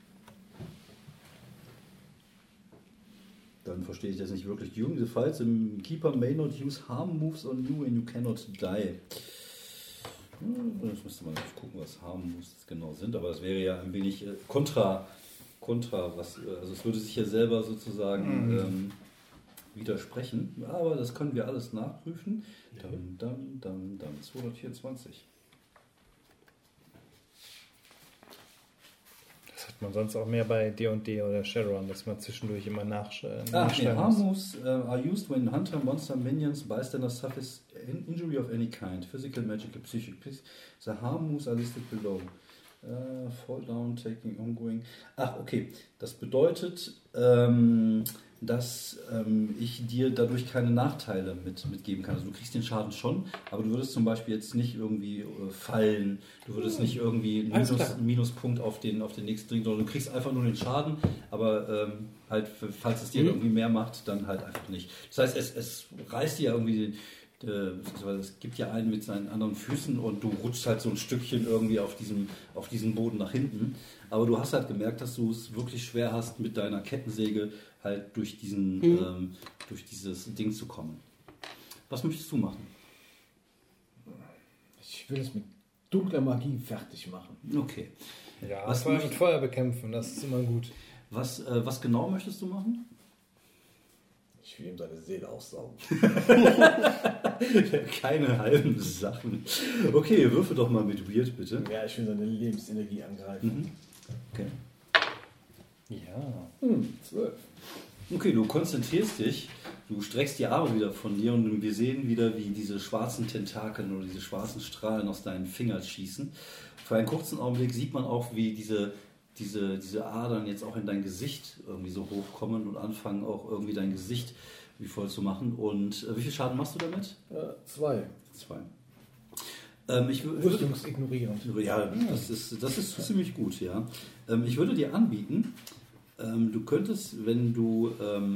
Dann verstehe ich das nicht wirklich. During the fights, the keeper may not use harm moves on you and you cannot die. Jetzt müsste man gucken, was harm moves genau sind, aber das wäre ja ein wenig kontra was, also es würde sich ja selber sozusagen widersprechen, aber das können wir alles nachprüfen. Dann 224. Das hat man sonst auch mehr bei D&D oder Shadowrun, dass man zwischendurch immer nachschlagen Harm moves are used when hunter, monster, minions, bystanders suffers injury of any kind, physical, magical, psychic. The harm moves are listed below. Fall down, taking, ongoing. Ach, okay. Das bedeutet, dass ich dir dadurch keine Nachteile mitgeben kann. Also du kriegst den Schaden schon, aber du würdest zum Beispiel jetzt nicht irgendwie fallen, du würdest nicht irgendwie einen Minuspunkt auf den nächsten kriegen, sondern du kriegst einfach nur den Schaden, aber halt, falls es dir irgendwie mehr macht, dann halt einfach nicht. Das heißt, es reißt dir ja irgendwie es gibt ja einen mit seinen anderen Füßen und du rutschst halt so ein Stückchen irgendwie auf diesem Boden nach hinten. Aber du hast halt gemerkt, dass du es wirklich schwer hast, mit deiner Kettensäge halt durch dieses Ding zu kommen. Was möchtest du machen? Ich will es mit dunkler Magie fertig machen. Okay. Ja, was mit Feuer bekämpfen, das ist immer gut. Was genau möchtest du machen? Ich will ihm seine Seele aussaugen. Keine halben Sachen. Okay, würfe doch mal mit Weird, bitte. Ja, ich will seine Lebensenergie angreifen. Okay. Ja. 12. Okay, du konzentrierst dich, du streckst die Arme wieder von dir und wir sehen wieder, wie diese schwarzen Tentakeln oder diese schwarzen Strahlen aus deinen Fingern schießen. Für einen kurzen Augenblick sieht man auch, wie diese Adern jetzt auch in dein Gesicht irgendwie so hochkommen und anfangen auch irgendwie dein Gesicht wie voll zu machen. Und wie viel Schaden machst du damit? 2. 2. Rüstungsignorierend. Ja, das ist ziemlich gut, ja. Ich würde dir anbieten, du könntest, wenn du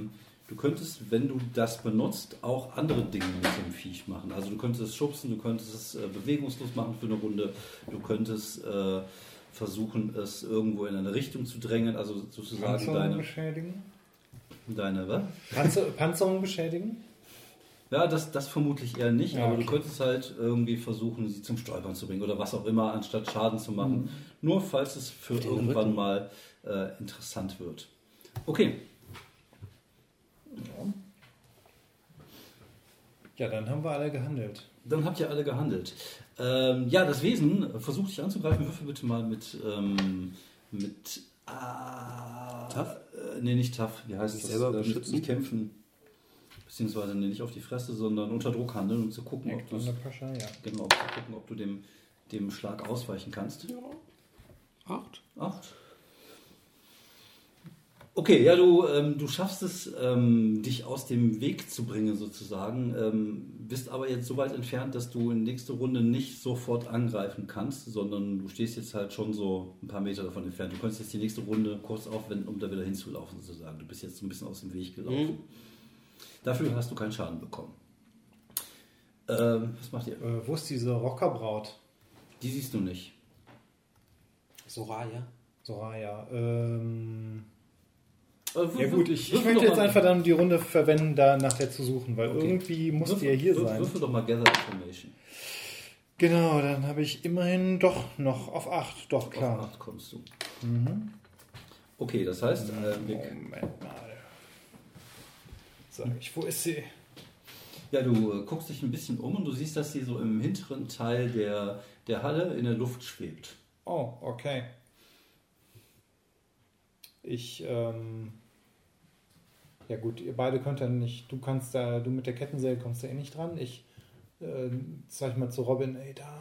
das benutzt, auch andere Dinge mit dem Viech machen. Also du könntest es schubsen, du könntest es bewegungslos machen für eine Runde, du könntest versuchen, es irgendwo in eine Richtung zu drängen, also sozusagen Panzerung beschädigen? Was? Panzerung beschädigen? Ja, das vermutlich eher nicht, Ja, aber okay. du könntest halt irgendwie versuchen, sie zum Stolpern zu bringen oder was auch immer, anstatt Schaden zu machen. Nur falls es für irgendwann mal interessant wird. Okay. Ja, dann haben wir alle gehandelt. Dann habt ihr alle gehandelt. Ja, das Wesen versucht dich anzugreifen. Würfel bitte mal mit Tough? Nee, nicht tough. Wie heißt Sich das? selber beschützen? Nicht kämpfen. Beziehungsweise nicht auf die Fresse, sondern unter Druck handeln, um zu gucken, ob du dem Schlag ausweichen kannst. Ja. 8. 8. Okay, ja, du schaffst es, dich aus dem Weg zu bringen sozusagen, bist aber jetzt so weit entfernt, dass du in der nächsten Runde nicht sofort angreifen kannst, sondern du stehst jetzt halt schon so ein paar Meter davon entfernt. Du kannst jetzt die nächste Runde kurz aufwenden, um da wieder hinzulaufen sozusagen. Du bist jetzt so ein bisschen aus dem Weg gelaufen. Dafür hast du keinen Schaden bekommen. Was macht ihr? Wo ist diese Rockerbraut? Die siehst du nicht. Soraya. Ja gut, ich möchte jetzt einfach dann die Runde verwenden, da nach der zu suchen, weil irgendwie muss die ja hier sein. Würfel doch mal Gather Information. Genau, dann habe ich immerhin doch noch auf 8, doch klar. Auf 8 kommst du. Okay, das heißt... Moment mal. Sag ich, wo ist sie? Ja, du guckst dich ein bisschen um und du siehst, dass sie so im hinteren Teil der Halle in der Luft schwebt. Oh, okay. Ja gut, ihr beide könnt ja nicht, du mit der Kettensäge kommst ja eh nicht dran. Ich zeige mal zu Robin, ey, da.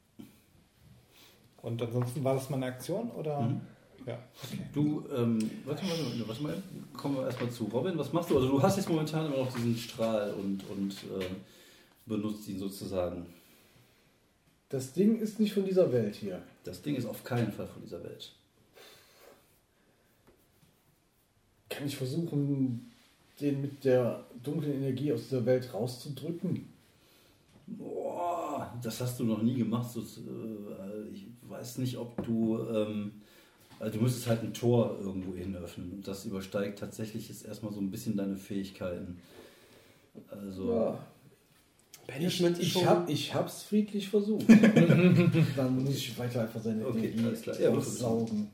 Und ansonsten war das mal eine Aktion, oder? Ja, okay. Du, warte mal, kommen wir erstmal zu Robin. Was machst du? Also du hast jetzt momentan immer noch diesen Strahl und benutzt ihn sozusagen. Das Ding ist nicht von dieser Welt hier. Das Ding ist auf keinen Fall von dieser Welt. Kann ich versuchen, den mit der dunklen Energie aus dieser Welt rauszudrücken? Boah, das hast du noch nie gemacht. Ich weiß nicht, ob du... Also du müsstest halt ein Tor irgendwo hin öffnen. Und das übersteigt tatsächlich jetzt erstmal so ein bisschen deine Fähigkeiten. Also... Ja. Ich hab's friedlich versucht. Dann muss ich weiter einfach seine Energie aussaugen.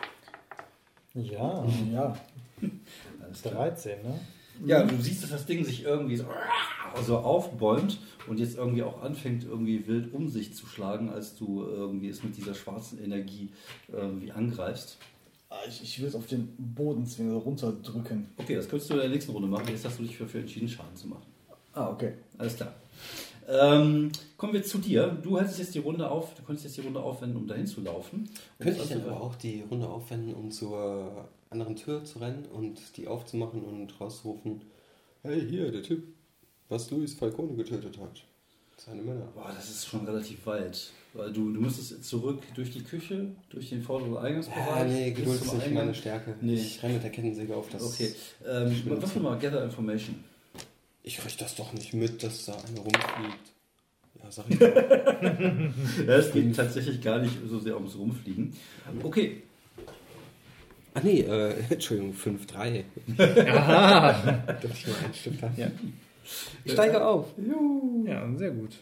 Ja. Alles klar. 13, ne? Ja, du siehst, dass das Ding sich irgendwie so aufbäumt und jetzt irgendwie auch anfängt, irgendwie wild um sich zu schlagen, als du irgendwie es mit dieser schwarzen Energie irgendwie angreifst. Ich will es auf den Boden zwingen, runterdrücken. Okay, das könntest du in der nächsten Runde machen. Jetzt hast du dich dafür entschieden, Schaden zu machen. Okay. Alles klar. Kommen wir zu dir. Du könntest jetzt die Runde aufwenden, um dahin zu laufen. Könnte ich dann aber auch die Runde aufwenden, um zur anderen Tür zu rennen und die aufzumachen und rauszurufen: Hey, hier, der Typ, was Luis Falcone getötet hat. Seine Männer. Boah, das ist schon relativ weit. Weil du müsstest zurück durch die Küche, durch den vorderen Eingangsbereich. Ja, nee, Geduld ist nicht meine Stärke. Nee. Ich renne mit der Kettensäge auf das. Okay. Was mal Gather Information. Ich krieg das doch nicht mit, dass da einer rumfliegt. Ja, sag ich mal. Ja, es geht tatsächlich gar nicht so sehr ums Rumfliegen. Okay. Ach nee, Entschuldigung, 5-3. Aha! Dass ich nur ein Stück habe. Ja. Ich steige auf. Ja, sehr gut.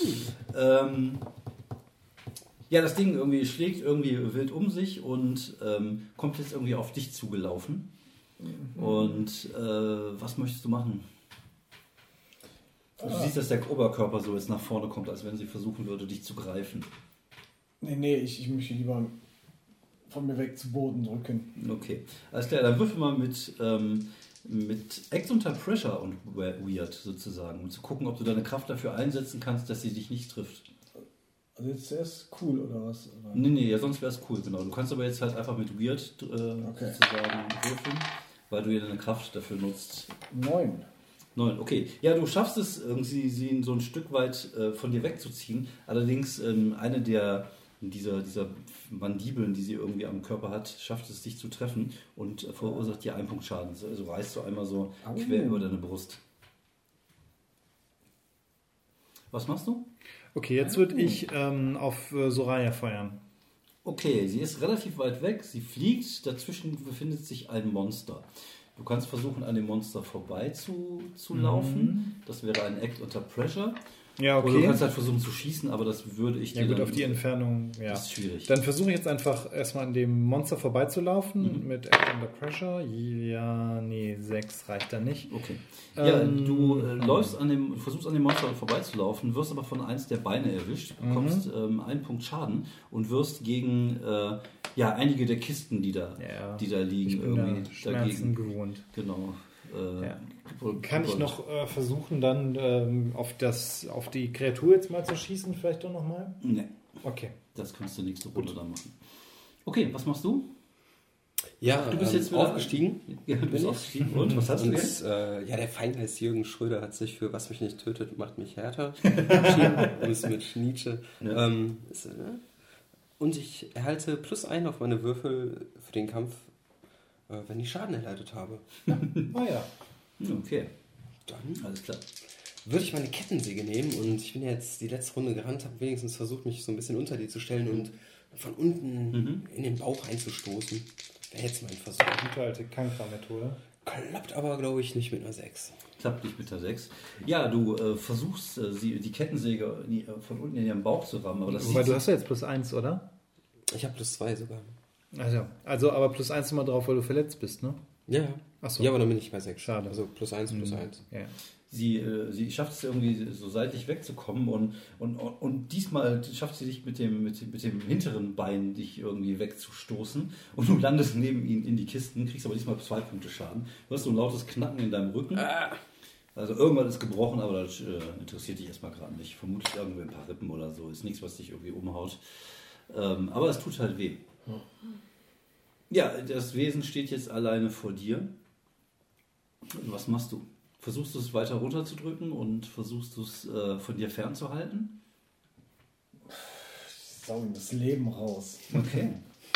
Ja, das Ding irgendwie schlägt irgendwie wild um sich und kommt jetzt irgendwie auf dich zugelaufen. Und was möchtest du machen? Du siehst, dass der Oberkörper so jetzt nach vorne kommt, als wenn sie versuchen würde, dich zu greifen. Nee, ich möchte lieber von mir weg zu Boden drücken. Okay, alles klar, dann würfel mal mit Act Under Pressure und Weird sozusagen, um zu gucken, ob du deine Kraft dafür einsetzen kannst, dass sie dich nicht trifft. Also jetzt ist cool, oder was? Oder? Nee, ja, sonst wäre es cool, genau. Du kannst aber jetzt halt einfach mit Weird sozusagen würfeln, weil du ja deine Kraft dafür nutzt. 9, okay. Ja, du schaffst es, irgendwie sie so ein Stück weit von dir wegzuziehen. Allerdings eine dieser Mandibeln, die sie irgendwie am Körper hat, schafft es, dich zu treffen und verursacht dir 1 Punkt Schaden. Also reißt du einmal so quer über deine Brust. Was machst du? Okay, jetzt würde ich auf Soraya feuern. Okay, sie ist relativ weit weg, sie fliegt, dazwischen befindet sich ein Monster. Du kannst versuchen, an dem Monster vorbei zu laufen. Das wäre ein Act Under Pressure. Ja, okay. Oder du kannst halt versuchen zu schießen, aber das würde ich dir Ja gut, dann, auf die Entfernung, ja. Das ist schwierig. Dann versuche ich jetzt einfach erstmal an dem Monster vorbeizulaufen mit Act Under Pressure. Ja, nee, 6 reicht da nicht. Okay. Ja, du versuchst an dem Monster vorbeizulaufen, wirst aber von eins der Beine erwischt, bekommst 1 Punkt Schaden und wirst gegen einige der Kisten, die da liegen, Ich bin irgendwie da Schmerzen dagegen. gewohnt. Genau. Kann ich noch versuchen, dann auf die Kreatur jetzt mal zu schießen, vielleicht doch nochmal? Nee, Okay. das kannst du nächste Runde dann machen. Okay, was machst du? Ja, Du bist jetzt wieder aufgestiegen. Ja, du bist aufgestiegen. Und was hast du Und, jetzt? der Feind heißt Jürgen Schröder, hat sich für "Was mich nicht tötet, macht mich härter" entschieden, um es mit Nietzsche. Ja. Und ich erhalte +1 auf meine Würfel für den Kampf, wenn ich Schaden erleidet habe. Ja. Okay, Dann alles klar. würde ich meine Kettensäge nehmen und ich bin ja jetzt die letzte Runde gerannt, habe wenigstens versucht, mich so ein bisschen unter die zu stellen und von unten in den Bauch einzustoßen. Wäre jetzt mein Versuch. Gute alte Kankra-Methode. Klappt aber, glaube ich, nicht mit einer 6. Klappt nicht mit der 6. Ja, du versuchst, die Kettensäge von unten in ihren Bauch zu rammen. Aber das Wobei, du hast ja jetzt +1, oder? Ich habe +2 sogar. Also aber +1 immer drauf, weil du verletzt bist, ne? Ja. Achso. Ja, aber dann bin ich bei 6. Schade. Also +1, +1. Ja. Sie schafft es irgendwie so seitlich wegzukommen und diesmal schafft sie dich mit dem hinteren Bein dich irgendwie wegzustoßen und du landest neben ihn in die Kisten, kriegst aber diesmal 2 Punkte Schaden. Du hast so ein lautes Knacken in deinem Rücken. Also irgendwann ist gebrochen, aber das interessiert dich erstmal gerade nicht. Vermutlich irgendwie ein paar Rippen oder so. Ist nichts, was dich irgendwie umhaut. Aber es tut halt weh. Ja, das Wesen steht jetzt alleine vor dir. Was machst du? Versuchst du es weiter runterzudrücken und versuchst du es von dir fernzuhalten? Sau ihm das Leben raus. Okay.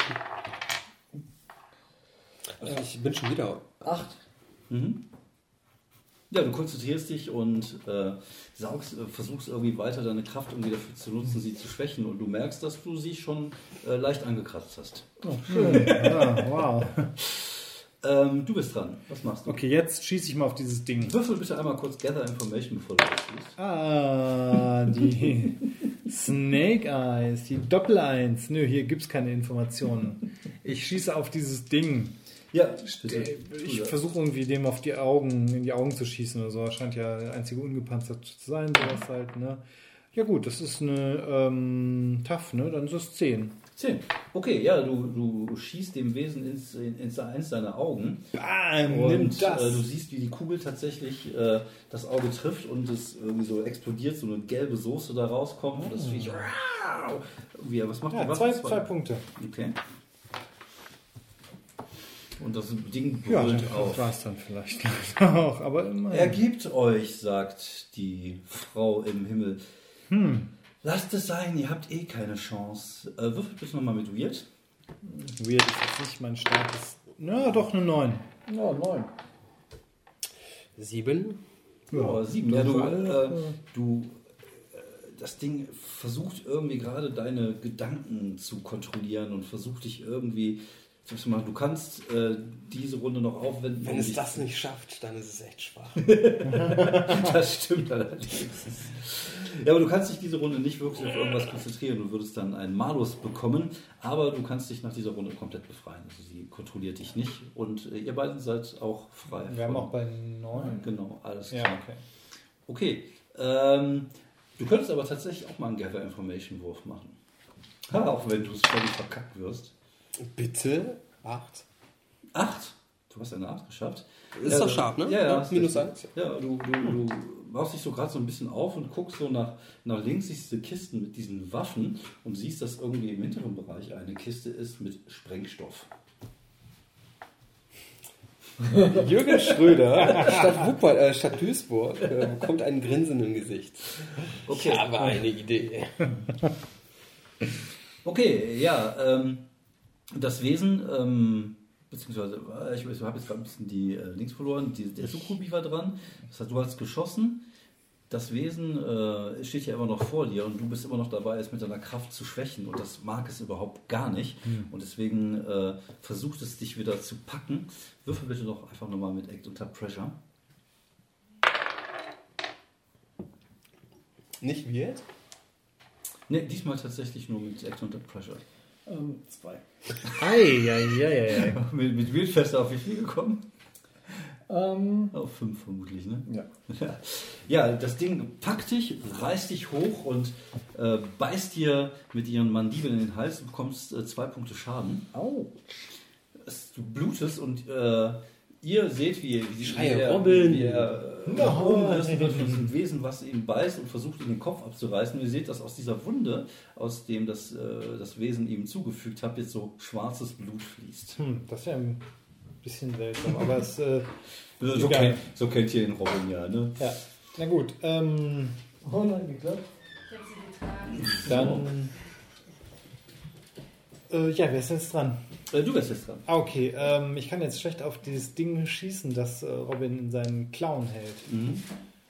Ich bin schon wieder. 8. Mhm. Ja, du konzentrierst dich und versuchst irgendwie weiter deine Kraft irgendwie dafür zu nutzen, sie zu schwächen und du merkst, dass du sie schon leicht angekratzt hast. Oh, schön. Ja, wow. Du bist dran. Was machst du? Okay, jetzt schieße ich mal auf dieses Ding. Würfel bitte einmal kurz Gather Information, bevor du das tust. Die Snake Eyes, die Doppel-1. Nö, hier gibt es keine Informationen. Ich schieße auf dieses Ding. Ja, bitte. Ich versuche irgendwie dem in die Augen zu schießen oder so. Er scheint ja der einzige ungepanzert zu sein, sowas halt, ne? Ja gut, das ist eine Tough, ne? Dann ist es 10. 10. Okay, ja, du schießt dem Wesen ins eins deiner Augen. Bam, Und nimm das. du siehst, wie die Kugel tatsächlich das Auge trifft und es irgendwie so explodiert, so eine gelbe Soße da rauskommt. Und das Viech. Was macht Ja, die Waffe? 2 Punkte. Okay. Und das Ding Ja, brüllt das auf. war es dann vielleicht auch, aber immerhin. Ergebt euch, sagt die Frau im Himmel. Lasst es sein, ihr habt eh keine Chance. Würfelt bitte nochmal mit Weird. Weird ist jetzt nicht mein starkes. Na, doch eine 9. Ja, 9. 7. Ja, 7. Ja, das war das Ding versucht irgendwie gerade deine Gedanken zu kontrollieren und versucht dich irgendwie zu machen. Du kannst diese Runde noch aufwenden. Wenn es das nicht schafft, dann ist es echt schwach. Das stimmt allerdings. Ja, aber du kannst dich diese Runde nicht wirklich auf irgendwas konzentrieren. Du würdest dann einen Malus bekommen, aber du kannst dich nach dieser Runde komplett befreien. Also sie kontrolliert dich nicht und ihr beiden seid auch frei. Wir haben auch bei 9. Genau, alles Ja, klar. okay. Okay, du könntest aber tatsächlich auch mal einen Gather Information Wurf machen. Auch wenn du es völlig verkackt wirst. Bitte 8. 8? Du hast eine 8 geschafft. Ist doch scharf, ne? Ja, minus 1. Ja, du baust dich so gerade so ein bisschen auf und guckst so nach links, siehst diese Kisten mit diesen Waffen und siehst, dass irgendwie im hinteren Bereich eine Kiste ist mit Sprengstoff. Jürgen Schröder statt Duisburg bekommt ein Grinsen im Gesicht. Okay. Ich habe eine Idee. Okay, ja, das Wesen, beziehungsweise, ich habe jetzt gerade ein bisschen die Links verloren, der Sukubi war dran, das heißt, du hast geschossen, das Wesen steht ja immer noch vor dir und du bist immer noch dabei, es mit deiner Kraft zu schwächen und das mag es überhaupt gar nicht und deswegen versucht es dich wieder zu packen. Würfel bitte doch einfach nochmal mit Act Under Pressure. Nicht Weird? Ne, diesmal tatsächlich nur mit Act Under Pressure. 2. Ei. mit Weird fest auf wie viel gekommen? Auf 5 vermutlich, ne? Ja. Ja, das Ding packt dich, reißt dich hoch und beißt dir mit ihren Mandibeln in den Hals und bekommst 2 Punkte Schaden. Au. Du blutest und ihr seht, wie Schreie, Robin! umgerissen wird von diesem Wesen, was ihn beißt und versucht, ihn den Kopf abzureißen. Und ihr seht, dass aus dieser Wunde, aus dem das Wesen ihm zugefügt hat, jetzt so schwarzes Blut fließt. Das ist ja ein bisschen seltsam, aber es so kennt ihr den Robin ja, ne? Ja, na gut. Oh nein, geklappt. Ich habe sie getragen. Dann... wer ist jetzt dran? Du wärst jetzt dran. Okay, ich kann jetzt schlecht auf dieses Ding schießen, das Robin in seinen Klauen hält. Mhm.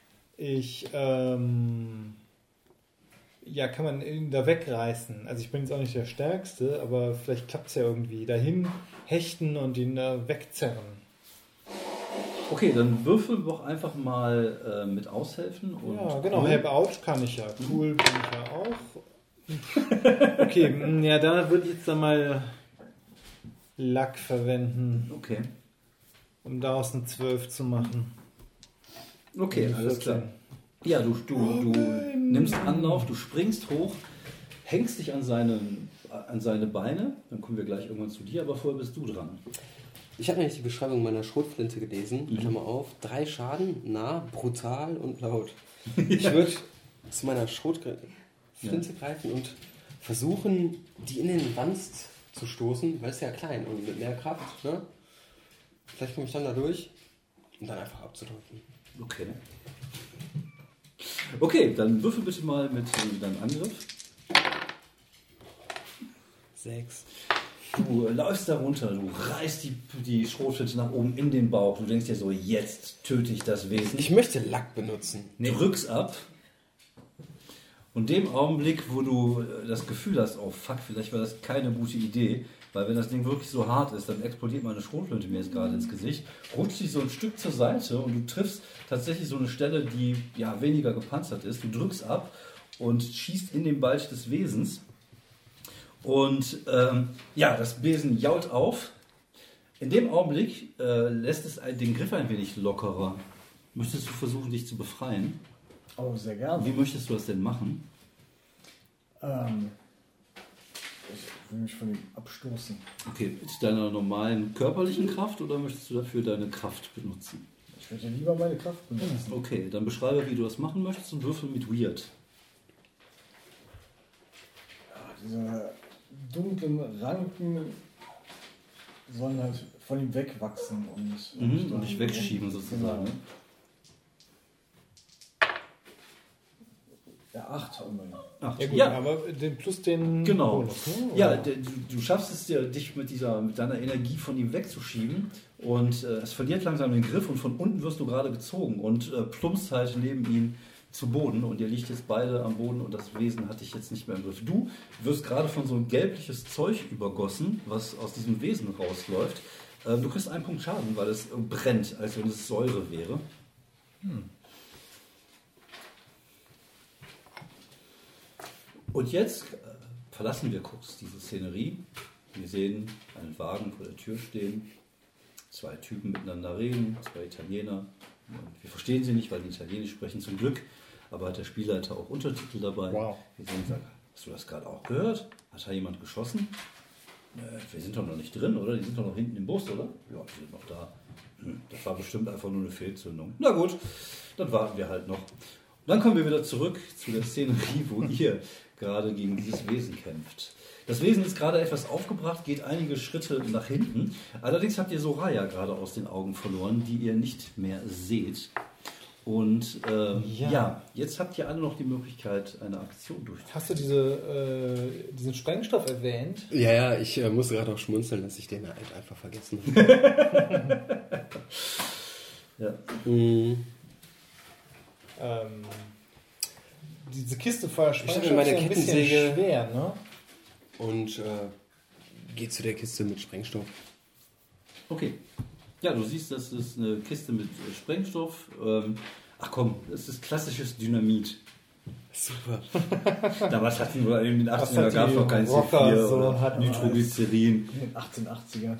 Kann man ihn da wegreißen. Also ich bin jetzt auch nicht der Stärkste, aber vielleicht klappt es ja irgendwie. Dahin hechten und ihn wegzerren. Okay, dann würfel doch einfach mal mit Aushelfen. Und Ja, genau, Help Out kann ich ja. Cool bin ich ja auch. Okay, ja, da würde ich jetzt dann mal Lack verwenden, Okay. um daraus eine 12 zu machen. Okay, alles klar. Ja, du nimmst Anlauf, du springst hoch, hängst dich an seine Beine, dann kommen wir gleich irgendwann zu dir, aber vorher bist du dran. Ich habe nämlich die Beschreibung meiner Schrotflinte gelesen. Klammer auf, 3 Schaden, nah, brutal und laut. Ich würde zu meiner Schrotflinte greifen und versuchen, die in den Wanst zu stoßen, weil es ja klein und mit mehr Kraft. Ne? Vielleicht komme ich dann da durch und dann einfach abzudrücken. Okay, dann würfel bitte mal mit deinem Angriff. 6. Du läufst da runter, du reißt die Schrotflinte nach oben in den Bauch. Du denkst dir so, jetzt töte ich das Wesen. Ich möchte Lack benutzen. Drückst ab. Und in dem Augenblick, wo du das Gefühl hast, oh fuck, vielleicht war das keine gute Idee, weil wenn das Ding wirklich so hart ist, dann explodiert meine Schrotflinte mir jetzt gerade ins Gesicht, rutscht dich so ein Stück zur Seite und du triffst tatsächlich so eine Stelle, die ja weniger gepanzert ist. Du drückst ab und schießt in den Balch des Wesens. Und das Wesen jault auf. In dem Augenblick lässt es den Griff ein wenig lockerer. Möchtest du versuchen, dich zu befreien? Oh, sehr gerne. Wie möchtest du das denn machen? Ich will mich von ihm abstoßen. Okay, mit deiner normalen körperlichen Kraft oder möchtest du dafür deine Kraft benutzen? Ich würde lieber meine Kraft benutzen. Okay, dann beschreibe, wie du das machen möchtest und würfel mit Weird. Ja, diese dunklen Ranken sollen halt von ihm wegwachsen Und dich wegschieben sozusagen. Genau. Ja, 8 haben wir. Ja, gut, Ja. aber plus den Genau. Bonus, ne? Ja, du schaffst es dir, dich mit deiner Energie von ihm wegzuschieben und es verliert langsam den Griff und von unten wirst du gerade gezogen und plumpst halt neben ihm zu Boden und ihr liegt jetzt beide am Boden und das Wesen hat dich jetzt nicht mehr im Griff. Du wirst gerade von so ein gelbliches Zeug übergossen, was aus diesem Wesen rausläuft. Du kriegst 1 Punkt Schaden, weil es brennt, als wenn es Säure wäre. Und jetzt verlassen wir kurz diese Szenerie. Wir sehen einen Wagen vor der Tür stehen, 2 Typen miteinander reden, 2 Italiener. Wir verstehen sie nicht, weil die Italienisch sprechen zum Glück, aber hat der Spielleiter auch Untertitel dabei. Wow. Wir sehen, hast du das gerade auch gehört? Hat da jemand geschossen? Wir sind doch noch nicht drin, oder? Die sind doch noch hinten im Bus, oder? Ja, die sind noch da. Das war bestimmt einfach nur eine Fehlzündung. Na gut, dann warten wir halt noch. Und dann kommen wir wieder zurück zu der Szenerie, wo ihr gerade gegen dieses Wesen kämpft. Das Wesen ist gerade etwas aufgebracht, geht einige Schritte nach hinten. Allerdings habt ihr Soraya gerade aus den Augen verloren, die ihr nicht mehr seht. Und jetzt habt ihr alle noch die Möglichkeit, eine Aktion durchzuführen. Hast du diesen Sprengstoff erwähnt? Ja, ich musste gerade auch schmunzeln, dass ich den halt einfach vergessen habe. Ja. Diese Kiste voller Sprengstoff Ich habe meine ist ja ein bisschen Kettensäge. schwer, ne? Und gehe zu der Kiste mit Sprengstoff. Okay. Ja, du siehst, das ist eine Kiste mit Sprengstoff. Ach komm, es ist klassisches Dynamit. Super. Damals hatten wir in den 80ern gab es noch kein C4 oder Nitroglycerin. In den 1880ern.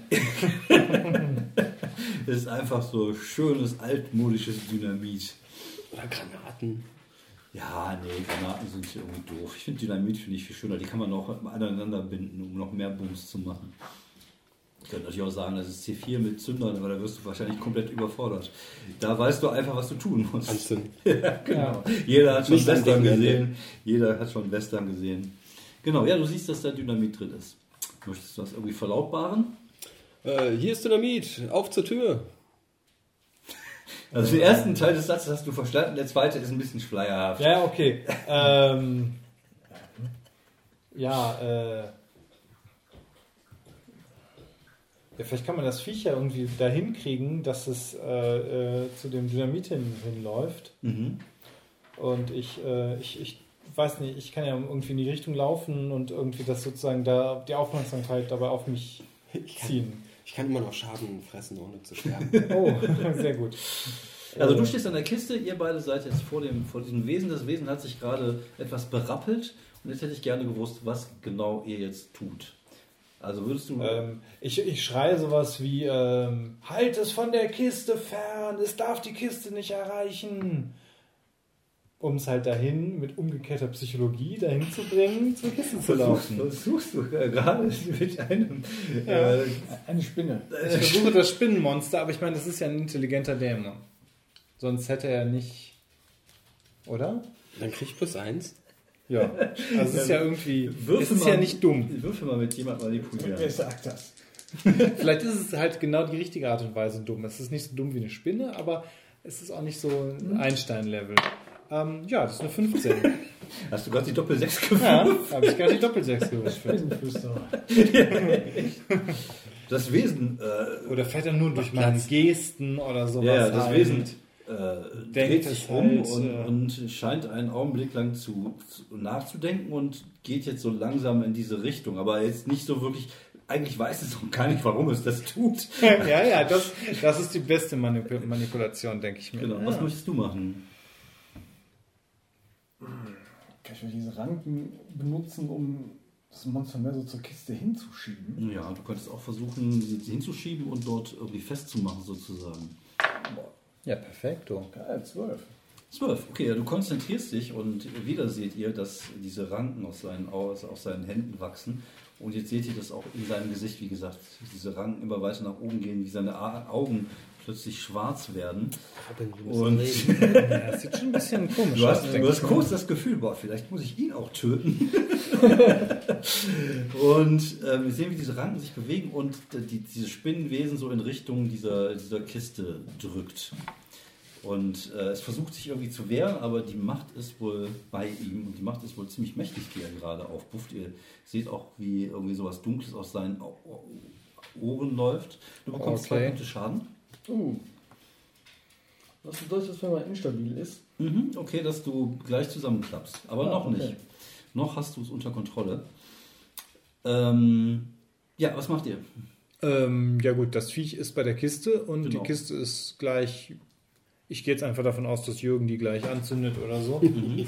Das ist einfach so schönes, altmodisches Dynamit. Oder Granaten. Ja, nee, Granaten sind irgendwie doof. Ich finde Dynamit viel schöner. Die kann man auch aneinander binden, um noch mehr Bums zu machen. Ich könnte natürlich auch sagen, das ist C4 mit Zündern, aber da wirst du wahrscheinlich komplett überfordert. Da weißt du einfach, was du tun musst. Anzünden. Ja, genau. Jeder hat schon Western gesehen. Jeder hat schon Western gesehen. Genau, ja, du siehst, dass da Dynamit drin ist. Möchtest du das irgendwie verlautbaren? Hier ist Dynamit, auf zur Tür. Also den ersten Teil des Satzes hast du verstanden, der zweite ist ein bisschen schleierhaft. Ja, okay. Ja, vielleicht kann man das Viech ja irgendwie dahin kriegen, dass es zu dem Dynamit hinläuft. Mhm. Und ich weiß nicht, ich kann ja irgendwie in die Richtung laufen und irgendwie das sozusagen da die Aufmerksamkeit dabei auf mich ziehen. Ich kann immer noch Schaden fressen, ohne zu sterben. Oh, sehr gut. Also du stehst an der Kiste, ihr beide seid jetzt vor diesem Wesen. Das Wesen hat sich gerade etwas berappelt und jetzt hätte ich gerne gewusst, was genau ihr jetzt tut. Also würdest du... Ich schreie sowas wie, halt es von der Kiste fern, es darf die Kiste nicht erreichen. Um es halt dahin, mit umgekehrter Psychologie, dahin zu bringen, zur Kiste zu laufen. Was suchst du gerade mit einem... Eine Spinne. Ich versuche das Spinnenmonster, aber ich meine, das ist ja ein intelligenter Dämon. Sonst hätte er nicht... Oder? Dann krieg ich +1. Ja, also es ist ja irgendwie... Es ist ja nicht dumm. Würfel mal mit jemandem manipulieren. Wer sagt das? Vielleicht ist es halt genau die richtige Art und Weise dumm. Es ist nicht so dumm wie eine Spinne, aber es ist auch nicht so ein Einstein-Level. Ja, das ist eine 15. Hast du gerade die Doppel-6 gewürfelt? Ja, habe ich gerade die Doppel-6 gewürfelt. Das Wesen... Oder fährt er nur durch meine Gesten oder sowas? Ja, das halt. Wesen dreht sich um halt, und scheint einen Augenblick lang nachzudenken und geht jetzt so langsam in diese Richtung. Aber jetzt nicht so wirklich... Eigentlich weiß es auch gar nicht, warum es das tut. Ja, das ist die beste Manipulation, denke ich mir. Genau. Was möchtest du machen? Kann ich diese Ranken benutzen, um das Monster mehr so zur Kiste hinzuschieben? Ja, du könntest auch versuchen, sie hinzuschieben und dort irgendwie festzumachen, sozusagen. Ja, perfekto. Geil, 12. 12, okay, ja, du konzentrierst dich und wieder seht ihr, dass diese Ranken aus seinen Händen wachsen. Und jetzt seht ihr das auch in seinem Gesicht, wie gesagt, diese Ranken immer weiter nach oben gehen, wie seine Augen plötzlich schwarz werden. Und das sieht schon ein bisschen komisch aus. Du hast kurz das Gefühl, vielleicht muss ich ihn auch töten. Und wir sehen, wie diese Ranken sich bewegen und diese Spinnenwesen so in Richtung dieser Kiste drückt. Und es versucht sich irgendwie zu wehren, aber die Macht ist wohl bei ihm und die Macht ist wohl ziemlich mächtig, die er gerade aufpufft. Ihr seht auch, wie irgendwie sowas Dunkles aus seinen Ohren läuft. Du bekommst 2 Punkte Schaden. Was bedeutet das, wenn man instabil ist? Okay, dass du gleich zusammenklappst, aber noch nicht. Noch hast du es unter Kontrolle. Ja, was macht ihr? Ja gut, das Viech ist bei der Kiste und Genau. Die Kiste ist gleich... Ich gehe jetzt einfach davon aus, dass Jürgen die gleich anzündet oder so.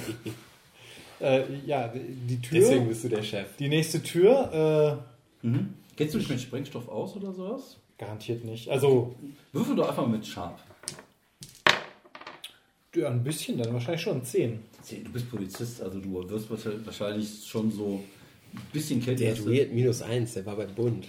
Ja, die Tür... Deswegen bist du der Chef. Die nächste Tür... Kennst du dich mit Sprengstoff aus oder sowas? Garantiert nicht. Also... Würfel doch einfach mit Sharp. Ja, ein bisschen, dann wahrscheinlich schon 10. Du bist Polizist, also du wirst wahrscheinlich schon so ein bisschen Kälte. Der hat weird -1, der war bei Bund.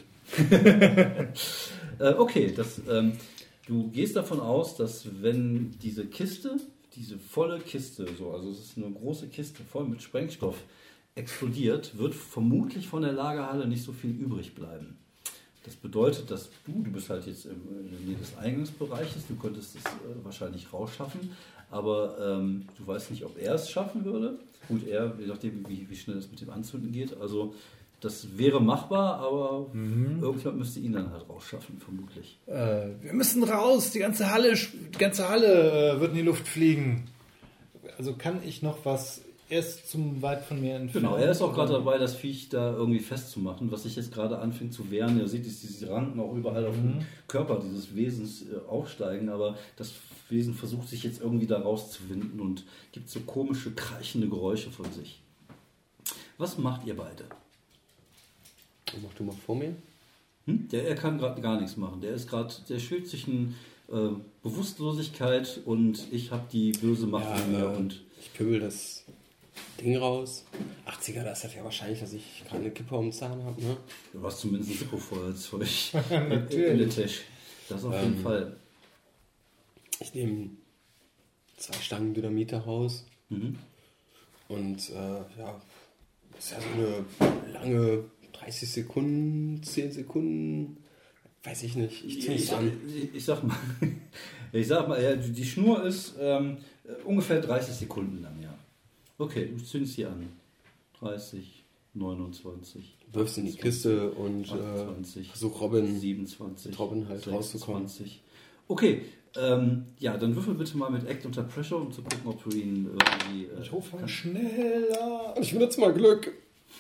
Okay, du gehst davon aus, dass wenn diese Kiste, diese volle Kiste, also es ist eine große Kiste voll mit Sprengstoff, explodiert, wird vermutlich von der Lagerhalle nicht so viel übrig bleiben. Das bedeutet, dass du bist halt jetzt in der Nähe des Eingangsbereiches, du könntest es wahrscheinlich rausschaffen, aber du weißt nicht, ob er es schaffen würde. Gut, je nachdem, wie schnell es mit dem Anzünden geht. Also das wäre machbar, aber irgendjemand müsste ihn dann halt rausschaffen, vermutlich. Wir müssen raus, die ganze Halle wird in die Luft fliegen. Also kann ich noch was Er ist zu weit von mir entfernt. Genau, er ist auch gerade dabei, das Viech da irgendwie festzumachen, was sich jetzt gerade anfängt zu wehren. Ihr seht, diese Ranken auch überall auf dem Körper dieses Wesens aufsteigen, aber das Wesen versucht sich jetzt irgendwie da rauszuwinden und gibt so komische, kreischende Geräusche von sich. Was macht ihr beide? Mach du mal vor mir. Er kann gerade gar nichts machen. Der schwebt zwischen Bewusstlosigkeit und ich habe die böse Macht in mir. Und ich pöbel das Ding raus. 80er, das hat ja wahrscheinlich, dass ich gerade eine Kippe am Zahn habe, ne? Du hast zumindest ein Zippo-Feuerzeug in der Tasche. Das auf jeden Fall. Ich nehme 2 Stangen Dynamit raus. Und das ist ja so eine lange 30 Sekunden, 10 Sekunden, weiß ich nicht. Ich zünd's an. Ich sag mal, ja, die Schnur ist ungefähr 30 Sekunden lang, ja. Okay, du zündest sie an. 30, 29. Wirfst in die Kiste und 28, versuch Robin 27, mit Robin halt 26. rauszukommen. Okay, ja, dann würfel bitte mal mit Act Under Pressure, um zu gucken, ob du ihn irgendwie... ich rufe mal schneller. Und ich benutze mal Glück.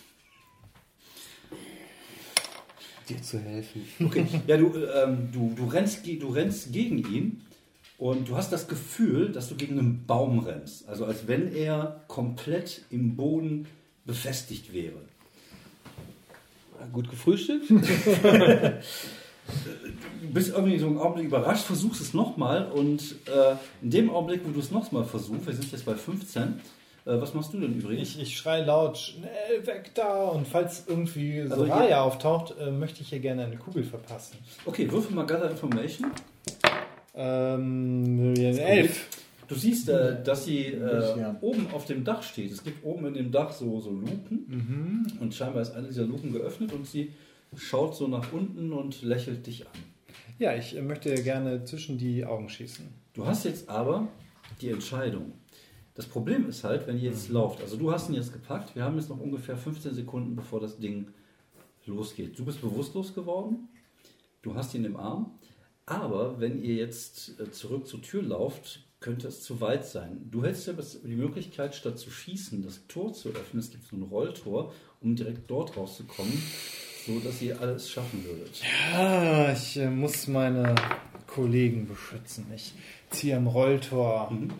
Dir zu helfen. Okay, ja, du rennst gegen ihn und du hast das Gefühl, dass du gegen einen Baum rennst. Also als wenn er komplett im Boden befestigt wäre. Gut gefrühstückt? Du bist irgendwie so einen Augenblick überrascht, versuchst es nochmal und in dem Augenblick, wo du es nochmal versuchst, wir sind jetzt bei 15, was machst du denn übrigens? Ich schreie laut, schnell weg da, und falls irgendwie Also Soraya auftaucht, möchte ich hier gerne eine Kugel verpassen. Okay, würfel mal Gather Information. 11. Du siehst, dass sie oben auf dem Dach steht. Es gibt oben in dem Dach so Luken und scheinbar ist eine dieser Luken geöffnet und sie schaut so nach unten und lächelt dich an. Ja, ich möchte gerne zwischen die Augen schießen. Du hast jetzt aber die Entscheidung. Das Problem ist halt, wenn ihr jetzt lauft, also du hast ihn jetzt gepackt, wir haben jetzt noch ungefähr 15 Sekunden, bevor das Ding losgeht. Du bist bewusstlos geworden, du hast ihn im Arm, aber wenn ihr jetzt zurück zur Tür lauft, könnte es zu weit sein. Du hättest ja die Möglichkeit, statt zu schießen, das Tor zu öffnen. Es gibt so ein Rolltor, um direkt dort rauszukommen, so dass ihr alles schaffen würdet. Ja, ich muss meine Kollegen beschützen. Ich ziehe am Rolltor und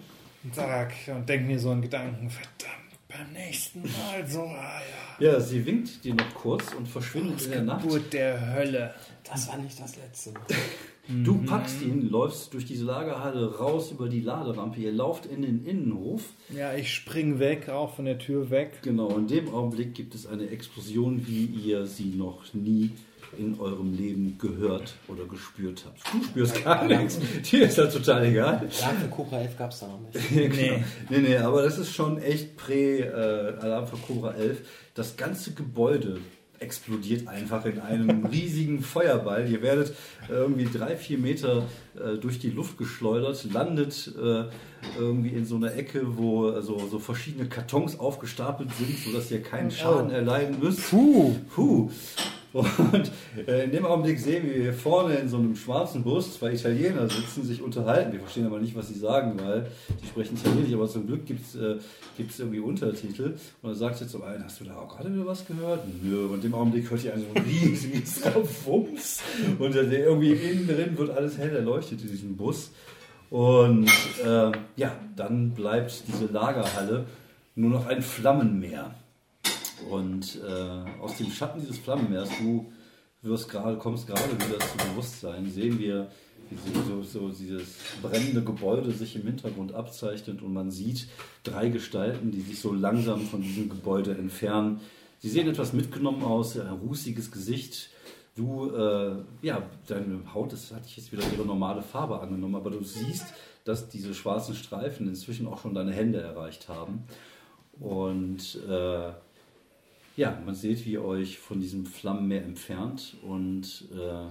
denke mir so in Gedanken, verdammt, beim nächsten Mal Soraya. Ja, sie winkt dir noch kurz und verschwindet in der Nacht. Geburt der Hölle. Das war nicht das letzte Mal. Du packst ihn, läufst durch diese Lagerhalle raus über die Laderampe, ihr lauft in den Innenhof. Ja, ich spring weg, auch von der Tür weg. Genau, in dem Augenblick gibt es eine Explosion, wie ihr sie noch nie in eurem Leben gehört oder gespürt habt. Du spürst gar nichts, dir ist das total egal. Alarm für Cobra 11 gab es da noch nicht. Nee, aber das ist schon echt Alarm für Cobra 11. Das ganze Gebäude explodiert einfach in einem riesigen Feuerball. Ihr werdet irgendwie 3-4 Meter durch die Luft geschleudert, landet irgendwie in so einer Ecke, wo so verschiedene Kartons aufgestapelt sind, sodass ihr keinen Schaden erleiden müsst. Puh. Und in dem Augenblick sehen wir hier vorne in so einem schwarzen Bus 2 Italiener sitzen, sich unterhalten. Wir verstehen aber nicht, was sie sagen, weil die sprechen Italienisch, aber zum Glück gibt es irgendwie Untertitel. Und dann sagt jetzt so einer, hast du da auch gerade wieder was gehört? Nö. Und in dem Augenblick hört ihr einen so riesiges Wumms. Und irgendwie innen drin wird alles hell erleuchtet in diesem Bus. Und dann bleibt diese Lagerhalle nur noch ein Flammenmeer. Und aus dem Schatten dieses Flammenmeers, du kommst gerade wieder zu Bewusstsein, sehen wir, wie so dieses brennende Gebäude sich im Hintergrund abzeichnet und man sieht 3 Gestalten, die sich so langsam von diesem Gebäude entfernen. Sie sehen etwas mitgenommen aus, ein rußiges Gesicht. Du, deine Haut, das hat jetzt wieder ihre normale Farbe angenommen, aber du siehst, dass diese schwarzen Streifen inzwischen auch schon deine Hände erreicht haben. Und man sieht, wie ihr euch von diesem Flammenmeer entfernt und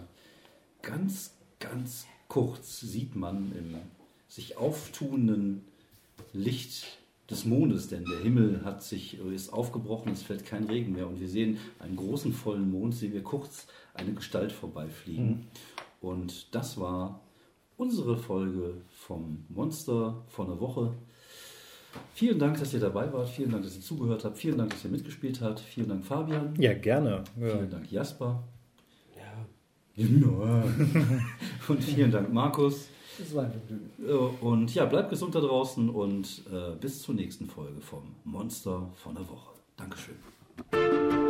ganz, ganz kurz sieht man im sich auftuenden Licht des Mondes, denn der Himmel ist aufgebrochen, es fällt kein Regen mehr und wir sehen einen großen vollen Mond, sehen wir kurz eine Gestalt vorbeifliegen. Und das war unsere Folge vom Monster vor einer Woche. Vielen Dank, dass ihr dabei wart. Vielen Dank, dass ihr zugehört habt. Vielen Dank, dass ihr mitgespielt habt. Vielen Dank, Fabian. Ja, gerne. Ja. Vielen Dank, Jasper. Ja. Und vielen Dank, Markus. Das war ein Vergnügen. Und ja, bleibt gesund da draußen und bis zur nächsten Folge vom Monster von der Woche. Dankeschön.